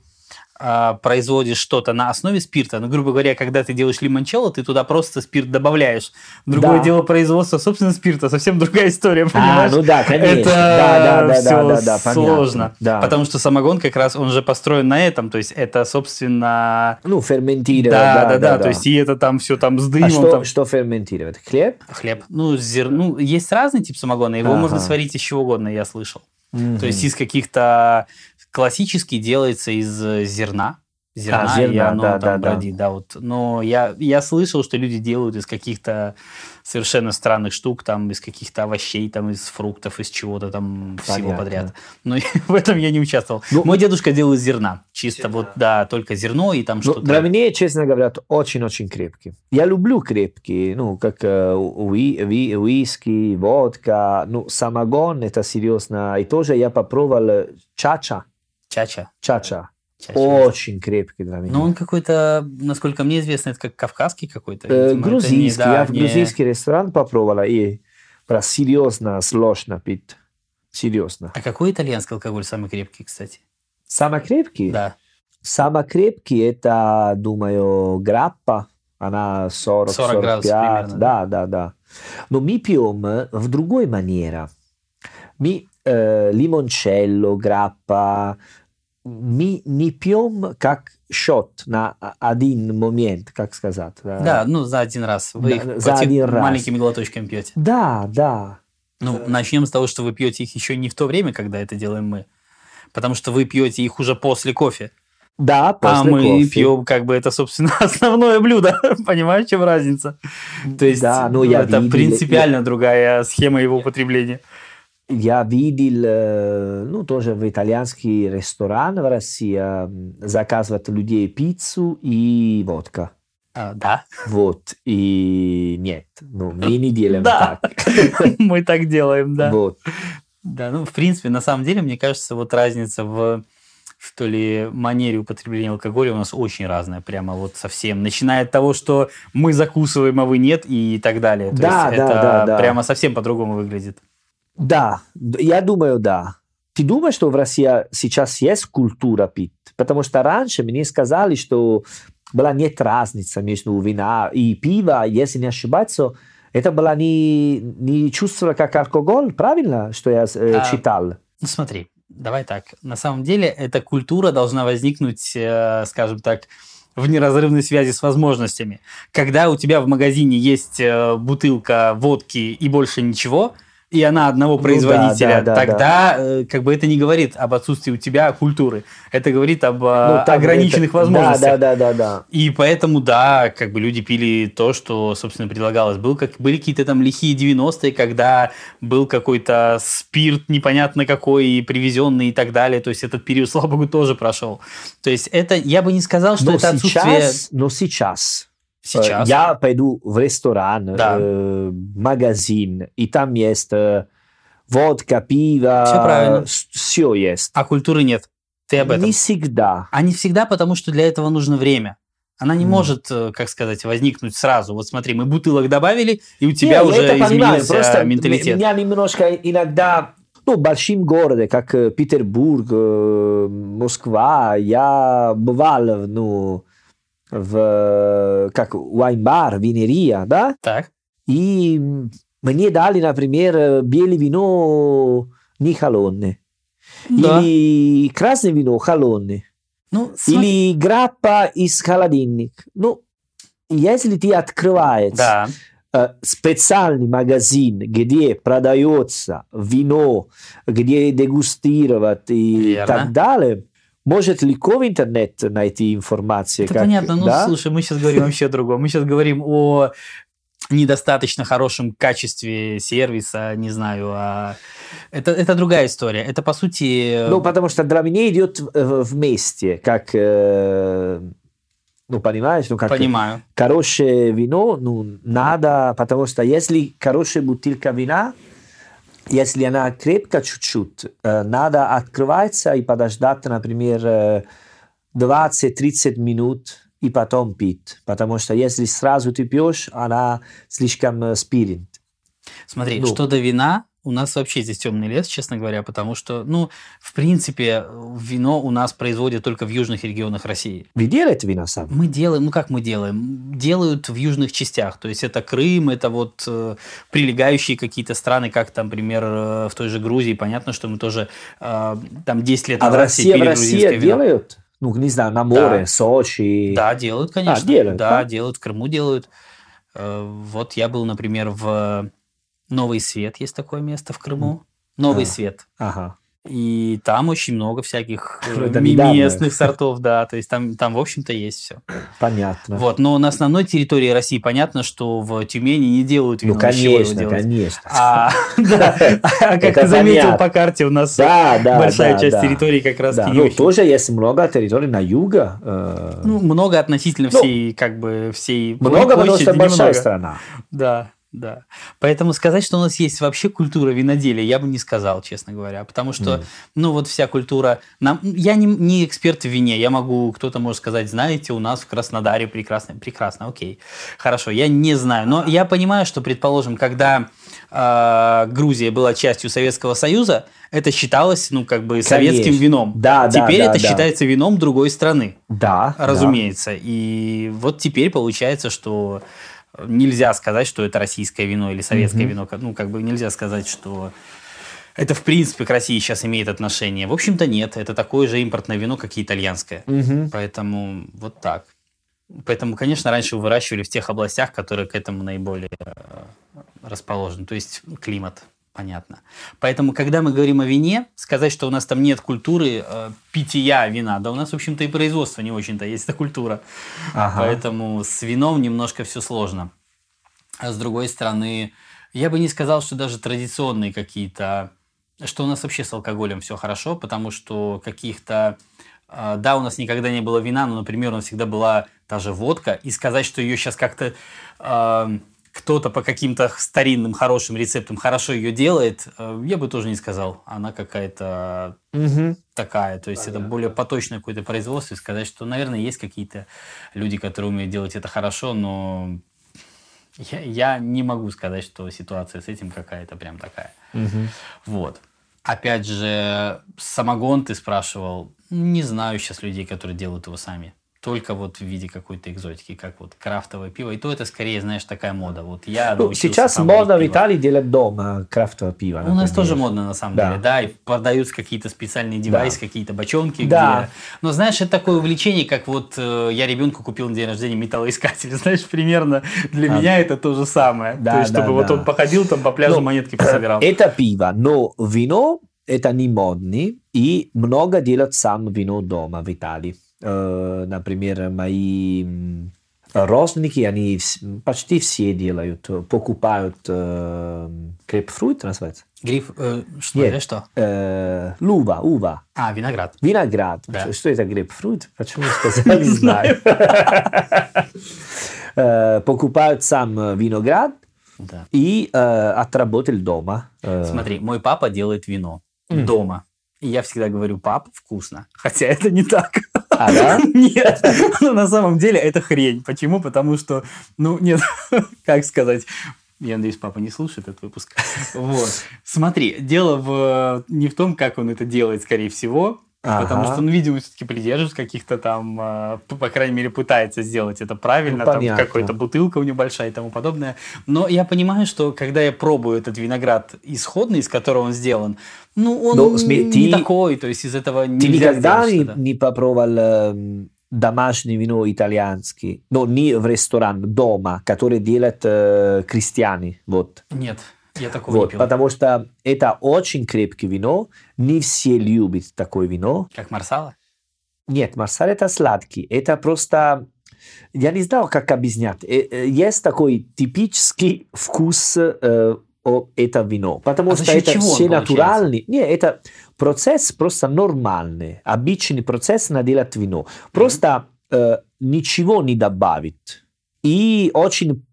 [SPEAKER 2] а, производишь что-то на основе спирта, ну, грубо говоря, когда ты делаешь лимончелло, ты туда просто спирт добавляешь. Другое
[SPEAKER 1] Да.
[SPEAKER 2] дело производства, собственно, спирта, совсем другая история,
[SPEAKER 1] а,
[SPEAKER 2] понимаешь?
[SPEAKER 1] ну да, конечно.
[SPEAKER 2] Это
[SPEAKER 1] да, да, да,
[SPEAKER 2] все
[SPEAKER 1] да, да, да, понятно.
[SPEAKER 2] сложно,
[SPEAKER 1] Да.
[SPEAKER 2] потому что самогон как раз, он же построен на этом, то есть это, собственно...
[SPEAKER 1] Ну, ферментировать.
[SPEAKER 2] Да, да, да, то есть и это там все там с
[SPEAKER 1] А
[SPEAKER 2] дымом.
[SPEAKER 1] что,
[SPEAKER 2] там...
[SPEAKER 1] что ферментировать? Хлеб?
[SPEAKER 2] Хлеб. Ну, зер... ну, есть разный тип самогона, его
[SPEAKER 1] Ага.
[SPEAKER 2] можно сварить из чего угодно, я слышал.
[SPEAKER 1] Мгм.
[SPEAKER 2] То есть из каких-то... Классический делается из э, зерна. Зерна,
[SPEAKER 1] А, зерна,
[SPEAKER 2] и оно
[SPEAKER 1] да,
[SPEAKER 2] там
[SPEAKER 1] да, да.
[SPEAKER 2] бродит, да, вот. Но я, я слышал, что люди делают из каких-то совершенно странных штук, там, из каких-то овощей, там, из фруктов, из чего-то там, всего
[SPEAKER 1] Понятно.
[SPEAKER 2] подряд. Но в этом я не участвовал.
[SPEAKER 1] Ну,
[SPEAKER 2] Мой дедушка делал из зерна. Чисто
[SPEAKER 1] Зерна.
[SPEAKER 2] вот, да, только зерно и там
[SPEAKER 1] Ну,
[SPEAKER 2] что-то.
[SPEAKER 1] для меня, честно говоря, очень-очень крепкий. Я люблю крепкие, ну, как э, уи, ви- виски, водка, ну, самогон, это серьезно. И тоже я попробовал э, чача.
[SPEAKER 2] Чача.
[SPEAKER 1] Чача.
[SPEAKER 2] Чача.
[SPEAKER 1] Очень крепкий для меня.
[SPEAKER 2] Но он какой-то, насколько мне известно, это как кавказский какой-то.
[SPEAKER 1] Э,
[SPEAKER 2] видимо, это не-
[SPEAKER 1] грузинский.
[SPEAKER 2] да,
[SPEAKER 1] Я в
[SPEAKER 2] не-
[SPEAKER 1] грузинский ресторан попробовал, и про серьезно сложно пить. Серьезно.
[SPEAKER 2] А какой итальянский алкоголь самый крепкий, кстати?
[SPEAKER 1] Самый крепкий?
[SPEAKER 2] Да.
[SPEAKER 1] Самый крепкий это, думаю, граппа. Она сорок
[SPEAKER 2] сорок градусов
[SPEAKER 1] сорок пять.
[SPEAKER 2] примерно,
[SPEAKER 1] Да, да, да. Но мы пьем в другой манере. Мы э, лимончелло, граппа, мы не пьем как счет на один момент, как сказать.
[SPEAKER 2] Да, ну за один раз. Вы
[SPEAKER 1] Да,
[SPEAKER 2] их
[SPEAKER 1] за один раз.
[SPEAKER 2] маленькими глоточками пьете.
[SPEAKER 1] Да, да.
[SPEAKER 2] Ну, начнем с того, что вы пьете их еще не в то время, когда это делаем мы. Потому что вы пьете их уже после кофе.
[SPEAKER 1] Да, после
[SPEAKER 2] а мы
[SPEAKER 1] кофе.
[SPEAKER 2] пьем, как бы, это, собственно, основное блюдо. Понимаешь, в чем разница? То есть,
[SPEAKER 1] Да, ну, я
[SPEAKER 2] это
[SPEAKER 1] видел-
[SPEAKER 2] принципиально другая схема его употребления.
[SPEAKER 1] Я видел, э, ну, тоже в итальянский ресторан в России м, заказывают людей пиццу и водка.
[SPEAKER 2] А, да.
[SPEAKER 1] Вот, и нет, ну, мы не делаем
[SPEAKER 2] Да.
[SPEAKER 1] так.
[SPEAKER 2] Мы так делаем, да.
[SPEAKER 1] Вот.
[SPEAKER 2] Да, ну, в принципе, на самом деле, мне кажется, вот разница в, что ли, манере употребления алкоголя у нас очень разная, прямо вот совсем. Начиная от того, что мы закусываем, а вы нет, и так далее. То
[SPEAKER 1] Да,
[SPEAKER 2] есть
[SPEAKER 1] да,
[SPEAKER 2] это
[SPEAKER 1] да, да.
[SPEAKER 2] прямо совсем по-другому выглядит.
[SPEAKER 1] Да, д- я думаю, да. Ты думаешь, что в России сейчас есть культура пить? Потому что раньше мне сказали, что была нет разницы между вина и пива, если не ошибаться, это было не, не чувство как алкоголь, правильно, что я э,
[SPEAKER 2] А,
[SPEAKER 1] читал?
[SPEAKER 2] Ну, смотри, давай так. На самом деле, эта культура должна возникнуть, э, скажем так, в неразрывной связи с возможностями. Когда у тебя в магазине есть э, бутылка водки и больше ничего, и она одного
[SPEAKER 1] Ну да,
[SPEAKER 2] производителя,
[SPEAKER 1] да, да,
[SPEAKER 2] тогда э, как бы это не говорит об отсутствии у тебя культуры. Это говорит об э,
[SPEAKER 1] Ну, там
[SPEAKER 2] ограниченных
[SPEAKER 1] это-
[SPEAKER 2] возможностях.
[SPEAKER 1] Да, да, да, да, да.
[SPEAKER 2] И поэтому, да, как бы люди пили то, что, собственно, предлагалось. Был как, были какие-то там лихие девяностые, когда был какой-то спирт непонятно какой, и привезенный и так далее. То есть этот период, слава богу, тоже прошел. То есть это, я бы не сказал, что
[SPEAKER 1] Но
[SPEAKER 2] это отсутствие
[SPEAKER 1] сейчас, но сейчас, э,
[SPEAKER 2] сейчас.
[SPEAKER 1] я пойду в ресторан,
[SPEAKER 2] Да.
[SPEAKER 1] э, магазин, и там есть э, водка, пиво,
[SPEAKER 2] Всё правильно.
[SPEAKER 1] все есть.
[SPEAKER 2] А культуры нет. Ты об этом.
[SPEAKER 1] Не всегда.
[SPEAKER 2] А не всегда, потому что для этого нужно время. Она не
[SPEAKER 1] М.
[SPEAKER 2] может, э, как сказать, возникнуть сразу. Вот смотри, мы бутылок добавили, и у
[SPEAKER 1] Не,
[SPEAKER 2] тебя
[SPEAKER 1] я
[SPEAKER 2] уже
[SPEAKER 1] это понимаю,
[SPEAKER 2] изменился
[SPEAKER 1] просто
[SPEAKER 2] менталитет.
[SPEAKER 1] меня немножко иногда, ну, в большим городе, как э, Петербург, э, Москва, я бывал, ну, в, э, как вайн-бар, винерия, да,
[SPEAKER 2] Так.
[SPEAKER 1] и мне дали, например, э, белое вино не холодное,
[SPEAKER 2] Да.
[SPEAKER 1] или красное вино холодное,
[SPEAKER 2] Ну, смотри.
[SPEAKER 1] или граппа из холодильника. Ну, если ты открываешь
[SPEAKER 2] Да.
[SPEAKER 1] э, специальный магазин, где продается вино, где дегустировать и
[SPEAKER 2] Верно.
[SPEAKER 1] так далее, может легко в интернет найти информацию.
[SPEAKER 2] Это
[SPEAKER 1] как-
[SPEAKER 2] понятно. Ну,
[SPEAKER 1] да?
[SPEAKER 2] слушай, мы сейчас говорим вообще о другом. Мы сейчас говорим о недостаточно хорошем качестве сервиса, не знаю, а... это, это другая история. Это, по сути...
[SPEAKER 1] Ну, потому что для меня идет э, вместе, как, э, ну, понимаешь, ну, как
[SPEAKER 2] Понимаю.
[SPEAKER 1] хорошее вино, ну, надо, потому что если хорошая бутылка вина, если она крепка чуть-чуть, э, надо открываться и подождать, например, э, двадцать-тридцать минут и потом пить, потому что если сразу ты пьешь, она слишком э, спирит.
[SPEAKER 2] Смотри,
[SPEAKER 1] Ну.
[SPEAKER 2] что до вина, у нас вообще здесь темный лес, честно говоря, потому что, ну, в принципе, вино у нас производят только в южных регионах России.
[SPEAKER 1] Вы делаете вино сам?
[SPEAKER 2] Мы делаем, ну как мы делаем? Делают в южных частях, то есть это Крым, это вот э, прилегающие какие-то страны, как там, например, э, в той же Грузии. Понятно, что мы тоже э, там десять лет
[SPEAKER 1] А в
[SPEAKER 2] назад все
[SPEAKER 1] России, в
[SPEAKER 2] пили
[SPEAKER 1] России
[SPEAKER 2] грузинское вино.
[SPEAKER 1] делают? Ну, не знаю, на море,
[SPEAKER 2] Да.
[SPEAKER 1] Сочи.
[SPEAKER 2] Да, делают, конечно.
[SPEAKER 1] А, делают,
[SPEAKER 2] да,
[SPEAKER 1] да?
[SPEAKER 2] делают, в Крыму делают. Э, Вот я был, например, в Новый Свет, есть такое место в Крыму. Новый
[SPEAKER 1] А.
[SPEAKER 2] Свет.
[SPEAKER 1] Ага.
[SPEAKER 2] И там очень много всяких э,
[SPEAKER 1] Это
[SPEAKER 2] ми-
[SPEAKER 1] недавно.
[SPEAKER 2] местных сортов, да, то есть там, там в общем-то, есть все.
[SPEAKER 1] Понятно.
[SPEAKER 2] Вот, но на основной территории России понятно, что в Тюмени не делают вино.
[SPEAKER 1] Ну,
[SPEAKER 2] из чего его
[SPEAKER 1] конечно,
[SPEAKER 2] делать?
[SPEAKER 1] конечно.
[SPEAKER 2] А, да, а как
[SPEAKER 1] Это
[SPEAKER 2] ты заметил
[SPEAKER 1] понятно.
[SPEAKER 2] по карте, у нас
[SPEAKER 1] Да, да,
[SPEAKER 2] большая
[SPEAKER 1] да,
[SPEAKER 2] часть
[SPEAKER 1] да.
[SPEAKER 2] территории как раз
[SPEAKER 1] Да,
[SPEAKER 2] не
[SPEAKER 1] ну,
[SPEAKER 2] очень.
[SPEAKER 1] тоже есть много территорий на юге. э,
[SPEAKER 2] Ну, много относительно
[SPEAKER 1] Ну,
[SPEAKER 2] всей, как бы, всей
[SPEAKER 1] много, потому
[SPEAKER 2] площади,
[SPEAKER 1] что большая
[SPEAKER 2] немного.
[SPEAKER 1] страна.
[SPEAKER 2] Да, да. Поэтому сказать, что у нас есть вообще культура виноделия, я бы не сказал, честно говоря. Потому что,
[SPEAKER 1] Мгм.
[SPEAKER 2] ну, вот вся культура... Нам... Я не, не эксперт в вине. Я могу... Кто-то может сказать, знаете, у нас в Краснодаре прекрасно. Прекрасно, окей. Хорошо, я не знаю. Но я понимаю, что, предположим, когда э, Грузия была частью Советского Союза, это считалось, ну, как бы, советским
[SPEAKER 1] Конечно.
[SPEAKER 2] вином.
[SPEAKER 1] Да, да,
[SPEAKER 2] Теперь
[SPEAKER 1] да,
[SPEAKER 2] это
[SPEAKER 1] да.
[SPEAKER 2] считается вином другой страны.
[SPEAKER 1] Да, да.
[SPEAKER 2] Разумеется. И вот теперь получается, что нельзя сказать, что это российское вино или советское
[SPEAKER 1] Мгм.
[SPEAKER 2] вино. Ну, как бы нельзя сказать, что это, в принципе, к России сейчас имеет отношение. В общем-то, нет. Это такое же импортное вино, как и итальянское.
[SPEAKER 1] Угу.
[SPEAKER 2] Поэтому вот так. Поэтому, конечно, раньше выращивали в тех областях, которые к этому наиболее расположены. То есть климат, понятно. Поэтому, когда мы говорим о вине, сказать, что у нас там нет культуры э, питья вина, да у нас, в общем-то, и производство не очень-то есть, эта культура. Ага. Поэтому с вином немножко все сложно. А с другой стороны, я бы не сказал, что даже традиционные какие-то... Что у нас вообще с алкоголем все хорошо, потому что каких-то... Да, у нас никогда не было вина, но, например, у нас всегда была та же водка, и сказать, что ее сейчас как-то э, кто-то по каким-то старинным хорошим рецептам хорошо ее делает, э, я бы тоже не сказал. Она какая-то угу. такая, то есть Понятно. Это более поточное какое-то производство, и сказать, что, наверное, есть какие-то люди, которые умеют делать это хорошо, но я, я не могу сказать, что ситуация с этим какая-то прям такая. Угу. Вот. Опять же, самогон ты спрашивал. Не знаю сейчас людей, которые делают его сами. Только вот в виде какой-то экзотики, как вот крафтовое пиво. И то это скорее, знаешь, такая мода. Вот я
[SPEAKER 1] ну, сейчас модно в Италии делать дома крафтовое пиво.
[SPEAKER 2] У нас тоже модно, на самом да. деле. Да, и продаются какие-то специальные девайсы, да. какие-то бочонки.
[SPEAKER 1] Да.
[SPEAKER 2] Где... Но знаешь, это такое увлечение, как вот э, я ребенку купил на день рождения металлоискатель. Знаешь, примерно для а. меня это то же самое.
[SPEAKER 1] Да,
[SPEAKER 2] то есть,
[SPEAKER 1] да,
[SPEAKER 2] чтобы
[SPEAKER 1] да.
[SPEAKER 2] вот он походил там по пляжу, но, монетки пособирал.
[SPEAKER 1] Это пиво, но вино это не модный, и много делают сам вино дома в Италии. Uh, например, мои родственники, они почти все делают, покупают uh, грейпфрут, называется?
[SPEAKER 2] Грейп, э, что Нет, что?
[SPEAKER 1] Э, лува, ува.
[SPEAKER 2] А, виноград.
[SPEAKER 1] Виноград.
[SPEAKER 2] Да.
[SPEAKER 1] Что это грейпфрут? Почему сказать? Не знаю. Покупают сам виноград и отработали дома.
[SPEAKER 2] Смотри, мой папа делает вино дома. И я всегда говорю, пап, вкусно. Хотя это не так.
[SPEAKER 1] А, да?
[SPEAKER 2] Нет. Ну, на самом деле это хрень. Почему? Потому что, ну, нет, как сказать... Я надеюсь, папа не слушает этот выпуск. Вот. Смотри, дело в, не в том, как он это делает, скорее всего, ага. потому что он, видимо, все-таки придерживается каких-то там, по крайней мере, пытается сделать это правильно,
[SPEAKER 1] ну,
[SPEAKER 2] там какая-то бутылка у него большая и тому подобное. Но я понимаю, что когда я пробую этот виноград исходный, из которого он сделан, ну, он Но, не ты, такой, то есть из этого нельзя
[SPEAKER 1] Ты никогда
[SPEAKER 2] не,
[SPEAKER 1] не попробовал домашнее вино итальянский, но не в ресторане, дома, который делают э, крестьяне, вот.
[SPEAKER 2] Нет, я такого
[SPEAKER 1] вот,
[SPEAKER 2] не пил.
[SPEAKER 1] Потому что это очень крепкое вино, не все любят такое вино.
[SPEAKER 2] Как Марсала?
[SPEAKER 1] Нет, Марсала это сладкий, это просто, я не знаю, как объяснять. Есть такой типический вкус э, это вино, потому
[SPEAKER 2] а
[SPEAKER 1] что это все натуральный.
[SPEAKER 2] Нет,
[SPEAKER 1] это процесс просто нормальный, обычный процесс на делать вино. Просто mm-hmm. э, ничего не добавить. И очень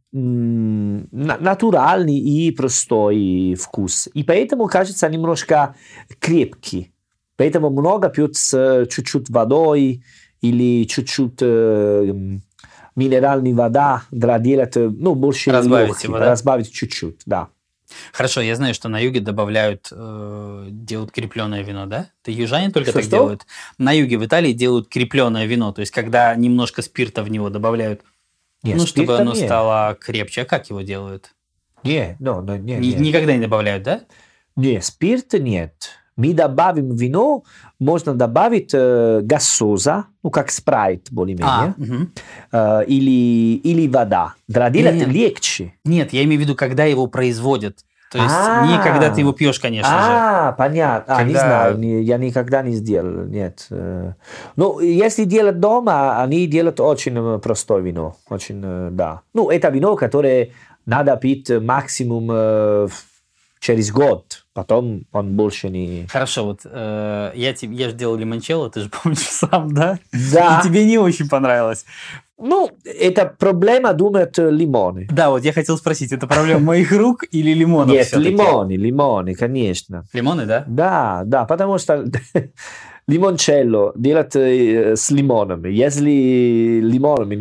[SPEAKER 1] м, натуральный и простой вкус. И поэтому кажется немножко крепкий. Поэтому много пьют с чуть-чуть водой или чуть-чуть э, минеральной вода для делать, ну, больше
[SPEAKER 2] разбавить,
[SPEAKER 1] легкий, разбавить чуть-чуть, да.
[SPEAKER 2] Хорошо, я знаю, что на юге добавляют, э, делают крепленое вино, да? Это южане только
[SPEAKER 1] что,
[SPEAKER 2] так
[SPEAKER 1] что?
[SPEAKER 2] делают? На юге в Италии делают крепленое вино, то есть когда немножко спирта в него добавляют,
[SPEAKER 1] нет,
[SPEAKER 2] ну, чтобы оно
[SPEAKER 1] нет.
[SPEAKER 2] стало крепче. А как его делают?
[SPEAKER 1] Нет, no, no, нет,
[SPEAKER 2] Н-
[SPEAKER 1] нет.
[SPEAKER 2] Никогда не добавляют, да?
[SPEAKER 1] Нет, спирт нет. Мы добавим вино, можно добавить э, газоза, ну, как спрайт, более-менее,
[SPEAKER 2] а, угу.
[SPEAKER 1] э, или, или вода. Для делать легче.
[SPEAKER 2] Нет, я имею в виду, когда его производят. То есть А-а-а. не когда ты его пьешь, конечно
[SPEAKER 1] а,
[SPEAKER 2] же.
[SPEAKER 1] А, понятно. А, не знаю, не, я никогда не сделал, нет. Ну, если делать дома, они делают очень простое вино, очень, да. Ну, это вино, которое надо пить максимум э, через год, потом он больше не...
[SPEAKER 2] Хорошо, вот э, я, тебе, я же делал лимончелло, ты же помнишь сам, да?
[SPEAKER 1] Да.
[SPEAKER 2] И тебе не очень понравилось.
[SPEAKER 1] Ну, это проблема, думают, лимоны.
[SPEAKER 2] Да, вот я хотел спросить, это проблема моих рук или лимонов?
[SPEAKER 1] Нет,
[SPEAKER 2] все-таки?
[SPEAKER 1] лимоны, лимоны, конечно.
[SPEAKER 2] Лимоны, да?
[SPEAKER 1] Да, да, потому что лимончелло делать с лимонами. Если лимон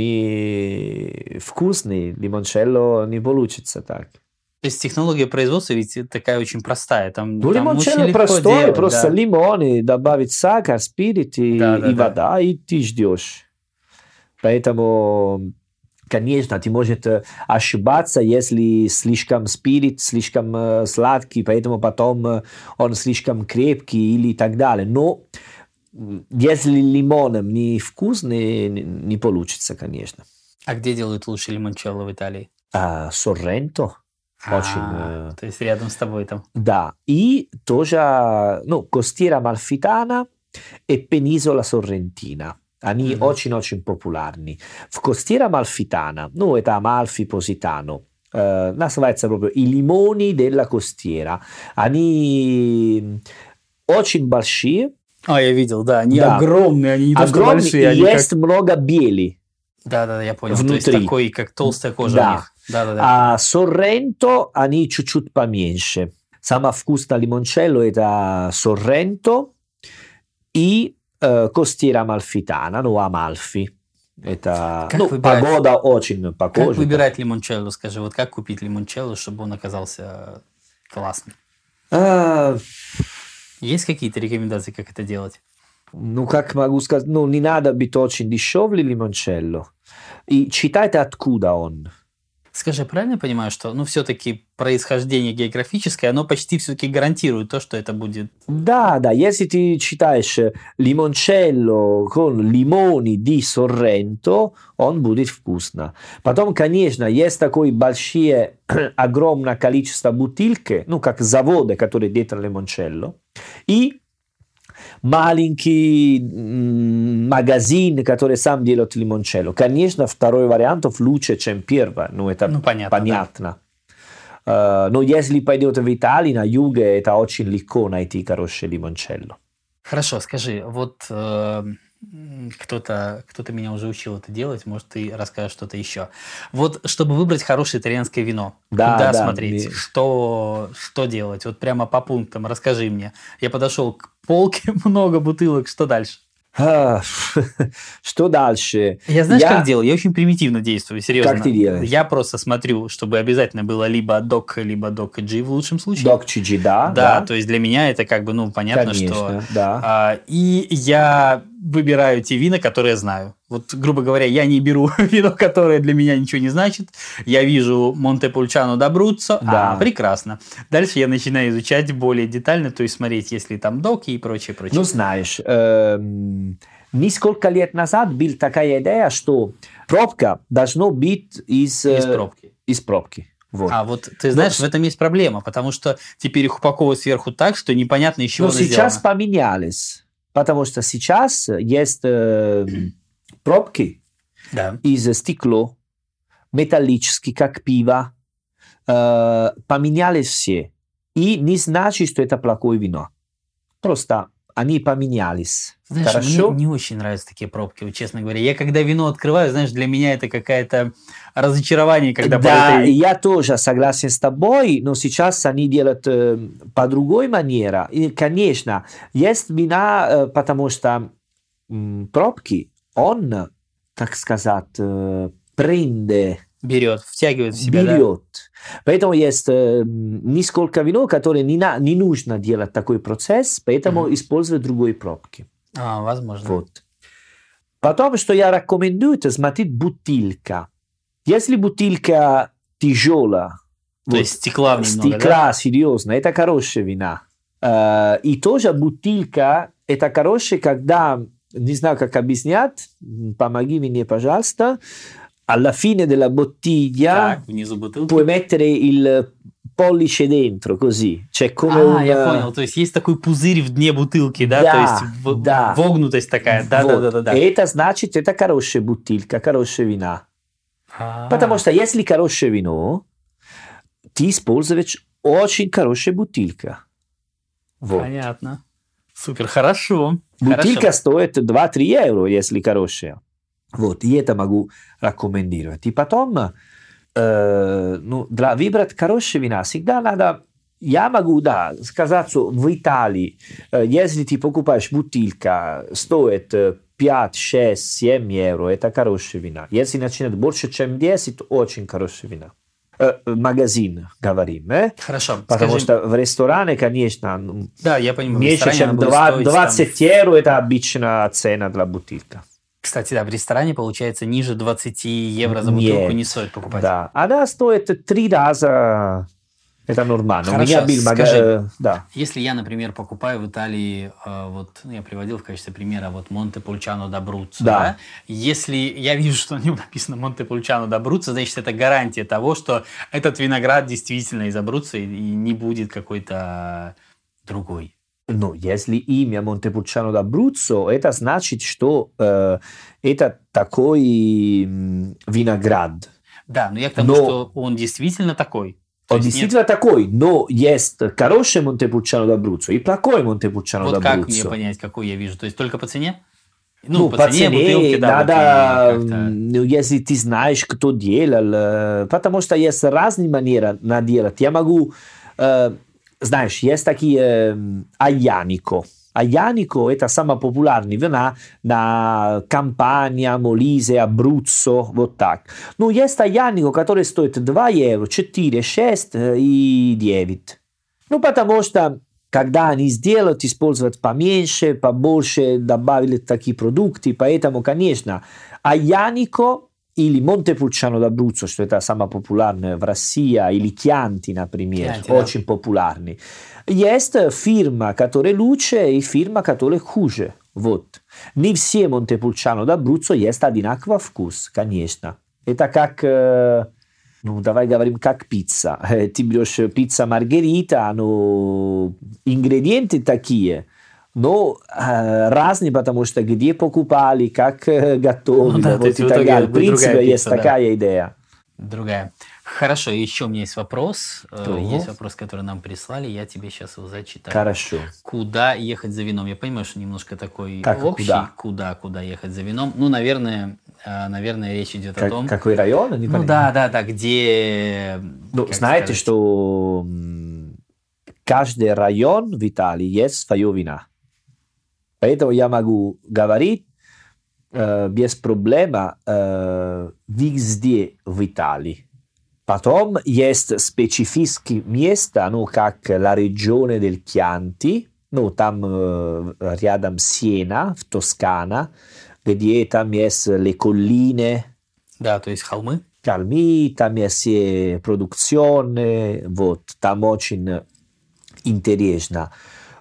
[SPEAKER 1] не вкусный, лимончелло не получится так.
[SPEAKER 2] То есть технология производства ведь такая очень простая. Там,
[SPEAKER 1] ну,
[SPEAKER 2] там
[SPEAKER 1] лимончелло простой,
[SPEAKER 2] делать,
[SPEAKER 1] просто
[SPEAKER 2] да.
[SPEAKER 1] лимоны, добавить сахар, спирит и,
[SPEAKER 2] да, да,
[SPEAKER 1] и
[SPEAKER 2] да.
[SPEAKER 1] вода, и ты ждешь. Поэтому конечно, ты можешь ошибаться, если слишком спирит, слишком э, сладкий, поэтому потом э, он слишком крепкий или так далее. Но если лимоном не вкусный, не, не получится, конечно.
[SPEAKER 2] А где делают лучше лимончелло в Италии?
[SPEAKER 1] А, Сорренто. Очень.
[SPEAKER 2] А,
[SPEAKER 1] э,
[SPEAKER 2] то есть рядом с тобой там.
[SPEAKER 1] Да. И тоже, ну, Costiera Amalfitana и Penisola Sorrentina. Они
[SPEAKER 2] Мгм.
[SPEAKER 1] очень-очень популярны. В Costiera Amalfitana, ну, это Amalfi Positano, э, называется proprio i limoni della costiera. Они очень большие,
[SPEAKER 2] А, я видел, да, они
[SPEAKER 1] Да.
[SPEAKER 2] огромные, они не то что
[SPEAKER 1] огромные,
[SPEAKER 2] большие,
[SPEAKER 1] и
[SPEAKER 2] они
[SPEAKER 1] есть
[SPEAKER 2] как...
[SPEAKER 1] много белых.
[SPEAKER 2] Да-да-да, я понял. То
[SPEAKER 1] внутри.
[SPEAKER 2] есть такой, как толстая кожа
[SPEAKER 1] Да.
[SPEAKER 2] у них. Да-да-да.
[SPEAKER 1] А Sorrento они чуть-чуть поменьше. Самое вкусное лимончелло это Sorrento и э, Costiera Amalfitana, ну, Амальфи. Это,
[SPEAKER 2] Как
[SPEAKER 1] ну,
[SPEAKER 2] выбирать-
[SPEAKER 1] погода очень
[SPEAKER 2] Как
[SPEAKER 1] похожа.
[SPEAKER 2] выбирать лимончелло, скажи, вот как купить лимончелло, чтобы он оказался классным?
[SPEAKER 1] А,
[SPEAKER 2] Есть какие-то рекомендации, как это делать?
[SPEAKER 1] ну, как могу сказать, ну, не надо быть очень дешевле лимончелло. И читайте, откуда он.
[SPEAKER 2] Скажи, правильно я понимаю, что, ну, все-таки происхождение географическое, оно почти все-таки гарантирует то, что это будет...
[SPEAKER 1] Да, да, если ты читаешь лимончелло con limoni di Sorrento, он будет вкусно. Потом, конечно, есть такое большое, огромное количество бутылки, ну, как заводы, которые делают лимончелло, и маленький м, магазин, который сам делает лимончелло. Конечно, второй вариант лучше, чем первый, ну, это
[SPEAKER 2] Ну, понятно,
[SPEAKER 1] понятно. Э, но если пойдет в Италию, на юге, это очень легко найти хорошее лимончелло.
[SPEAKER 2] Хорошо, скажи, вот э, м, кто-то, кто-то меня уже учил это делать, может, ты расскажешь что-то еще. Вот, чтобы выбрать хорошее итальянское вино,
[SPEAKER 1] Да,
[SPEAKER 2] куда
[SPEAKER 1] да,
[SPEAKER 2] смотреть,
[SPEAKER 1] мне-
[SPEAKER 2] что, что делать? Вот прямо по пунктам расскажи мне. Я подошел к полке, много бутылок, что дальше?
[SPEAKER 1] А, Что дальше?
[SPEAKER 2] Я знаешь,
[SPEAKER 1] Я-
[SPEAKER 2] как делаю? Я очень примитивно действую, серьезно.
[SPEAKER 1] Как ты делаешь?
[SPEAKER 2] Я просто смотрю, чтобы обязательно было либо док, либо док G в лучшем случае.
[SPEAKER 1] Док Чи Джи, да,
[SPEAKER 2] Да,
[SPEAKER 1] да,
[SPEAKER 2] то есть для меня это как бы, ну, понятно, что...
[SPEAKER 1] конечно, да.
[SPEAKER 2] А, и я выбираю те вина, которые знаю. Вот, грубо говоря, я не беру вино, которое для меня ничего не значит. Я вижу Монтепульчано d'Abruzzo.
[SPEAKER 1] Да.
[SPEAKER 2] А, прекрасно. Дальше я начинаю изучать более детально, то есть смотреть, есть ли там доки и прочее, прочее.
[SPEAKER 1] Ну, знаешь, эм, несколько лет назад была такая идея, что пробка должна быть из,
[SPEAKER 2] Из
[SPEAKER 1] э,
[SPEAKER 2] пробки.
[SPEAKER 1] из пробки. Вот.
[SPEAKER 2] А вот ты знаешь,
[SPEAKER 1] Ну,
[SPEAKER 2] в этом есть проблема, потому что теперь их упаковывают сверху так, что непонятно, из чего
[SPEAKER 1] Но
[SPEAKER 2] оно
[SPEAKER 1] сейчас
[SPEAKER 2] сделано.
[SPEAKER 1] поменялись, потому что сейчас есть э, пробки
[SPEAKER 2] Да.
[SPEAKER 1] из стекла, металлические, как пиво, э, поменялись все. И не значит, что это плохое вино. Просто они поменялись.
[SPEAKER 2] Знаешь,
[SPEAKER 1] Хорошо?
[SPEAKER 2] мне не очень нравятся такие пробки, вот честно говоря. Я когда вино открываю, знаешь, для меня это какое-то разочарование, когда по
[SPEAKER 1] Да,
[SPEAKER 2] этой-
[SPEAKER 1] и я тоже согласен с тобой, но сейчас они делают э, по другой манере. И, конечно, есть вина, э, потому что м, пробки, он, так сказать, э, прende,
[SPEAKER 2] берет, втягивает в себя, да?
[SPEAKER 1] берет. Поэтому есть э, несколько вино, которые не, на- не нужно делать такой процесс, поэтому
[SPEAKER 2] Мгм.
[SPEAKER 1] используют другой пробки.
[SPEAKER 2] А, возможно.
[SPEAKER 1] Вот. Потом, что я рекомендую, это смотреть бутылка. Если бутылка тяжелая,
[SPEAKER 2] То есть стекла в ней много,
[SPEAKER 1] стекла, серьезно, это хорошая вина. Э, и тоже бутылка, это хорошая, когда, не знаю, как объяснять, м, помоги мне, пожалуйста, alla fine della bottiglia
[SPEAKER 2] Так, внизу бутылки.
[SPEAKER 1] puoi mettere il pollice dentro, così. C'è come
[SPEAKER 2] А,
[SPEAKER 1] un...
[SPEAKER 2] я понял. То есть есть такой пузырь в дне бутылки, да?
[SPEAKER 1] Да,
[SPEAKER 2] То есть в-
[SPEAKER 1] да.
[SPEAKER 2] вогнутость такая. Да,
[SPEAKER 1] Вот.
[SPEAKER 2] да, да, да, да.
[SPEAKER 1] И это значит, это хорошая бутылка, хорошая вина.
[SPEAKER 2] А,
[SPEAKER 1] Потому что если хорошее вино, ты используешь очень хорошая бутылка. Вот.
[SPEAKER 2] Понятно. Супер, хорошо.
[SPEAKER 1] Бутылка
[SPEAKER 2] Хорошо.
[SPEAKER 1] стоит два-три евро, если хорошая. Вот, и это могу рекомендовать. И потом, э, ну, для выбрать хорошие вина всегда надо... Я могу, да, сказать, что в Италии, э, если ты покупаешь бутылка, стоит э, пять, шесть, семь евро, это хорошая вина. Если начинает больше, чем десять, очень хорошая вина. Э, магазин, говорим, э?
[SPEAKER 2] Хорошо.
[SPEAKER 1] Потому
[SPEAKER 2] Скажи-
[SPEAKER 1] что в ресторане, конечно, ну,
[SPEAKER 2] Да, я понимаю. в
[SPEAKER 1] меньше,
[SPEAKER 2] ресторане
[SPEAKER 1] чем
[SPEAKER 2] она будет
[SPEAKER 1] два-
[SPEAKER 2] стоить там-
[SPEAKER 1] двадцать евро, это обычная цена для бутылка.
[SPEAKER 2] Кстати, да, в ресторане, получается, ниже двадцать евро за бутылку
[SPEAKER 1] Нет.
[SPEAKER 2] не стоит покупать.
[SPEAKER 1] Да, она стоит три раза, это нормально. У
[SPEAKER 2] Хорошо,
[SPEAKER 1] меня был мага-
[SPEAKER 2] скажи,
[SPEAKER 1] э, да.
[SPEAKER 2] если я, например, покупаю в Италии, э, вот, ну, я приводил в качестве примера вот Монтепульчано d'Abruzzo,
[SPEAKER 1] Да.
[SPEAKER 2] да? Если я вижу, что на нем написано Монтепульчано d'Abruzzo, значит, это гарантия того, что этот виноград действительно из Абруццо и, и не будет какой-то другой.
[SPEAKER 1] Ну, если имя Монтепульчано d'Abruzzo, это значит, что э, это такой м, виноград.
[SPEAKER 2] Да, но я к тому,
[SPEAKER 1] Но-
[SPEAKER 2] что он действительно такой. То
[SPEAKER 1] Он
[SPEAKER 2] есть нет-
[SPEAKER 1] действительно такой, но есть хороший Монтепульчано d'Abruzzo и плохой Монтепульчано
[SPEAKER 2] Вот как мне
[SPEAKER 1] d'Abruzzo.
[SPEAKER 2] понять, какой я вижу? То есть только по цене?
[SPEAKER 1] Ну, по цене
[SPEAKER 2] бутылки, да,
[SPEAKER 1] надо,
[SPEAKER 2] вот, и как-то-
[SPEAKER 1] м, ну, если ты знаешь, кто делал, э, потому что есть разные манеры на делать. Я могу, э, знаешь, есть такие э, Aglianico. Aglianico – это самая популярная вина на Кампания, Молизе, Абруццо, вот так. Но есть Aglianico, который стоит два евро, четыре, шесть э, и девять. Ну, потому что когда они сделают, использовать поменьше, побольше, добавили такие продукты, поэтому, конечно, Aglianico или Монтепульчано d'Abruzzo, что это самое популярное в России, или Chianti, например,
[SPEAKER 2] Chianti, да.
[SPEAKER 1] очень популярный. Есть фирма, которая лучше, и фирма, которая хуже. Вот. Не все Монтепульчано d'Abruzzo есть одинаковый вкус, конечно. Это как, э, ну, давай говорим, как пицца. Э, Ты берешь пицца маргарита, но ингредиенты такие, но э, разные, потому что где покупали, как э, готовили,
[SPEAKER 2] Ну да, то
[SPEAKER 1] вот
[SPEAKER 2] есть
[SPEAKER 1] и
[SPEAKER 2] в
[SPEAKER 1] так
[SPEAKER 2] итоге
[SPEAKER 1] далее. В
[SPEAKER 2] будет другая
[SPEAKER 1] принципе, есть
[SPEAKER 2] пицца, да.
[SPEAKER 1] такая идея.
[SPEAKER 2] Другая. Хорошо, еще у меня есть вопрос. Э,
[SPEAKER 1] Ого.
[SPEAKER 2] Есть вопрос, который нам прислали, я тебе сейчас его зачитаю.
[SPEAKER 1] Хорошо.
[SPEAKER 2] Куда ехать за вином? Я понимаю, что немножко такой
[SPEAKER 1] Как
[SPEAKER 2] общий.
[SPEAKER 1] куда?
[SPEAKER 2] Куда, куда ехать за вином? Ну, наверное, э, наверное, речь идет о
[SPEAKER 1] Как-
[SPEAKER 2] том...
[SPEAKER 1] какой район? Не
[SPEAKER 2] Ну
[SPEAKER 1] понимаю.
[SPEAKER 2] да, да, да, где...
[SPEAKER 1] Ну,
[SPEAKER 2] как
[SPEAKER 1] знаете,
[SPEAKER 2] сказать,
[SPEAKER 1] что м, каждый район в Италии есть свое вина. Поэтому я могу говорить э, без проблем э, везде в Италии. Потом есть специфические места, ну, как la regione del Chianti, ну, там э, рядом Сиена, в Тоскана, где там есть le colline,
[SPEAKER 2] Да, то есть холмы.
[SPEAKER 1] Calmi, там есть э, продукционные, вот, там очень интересно.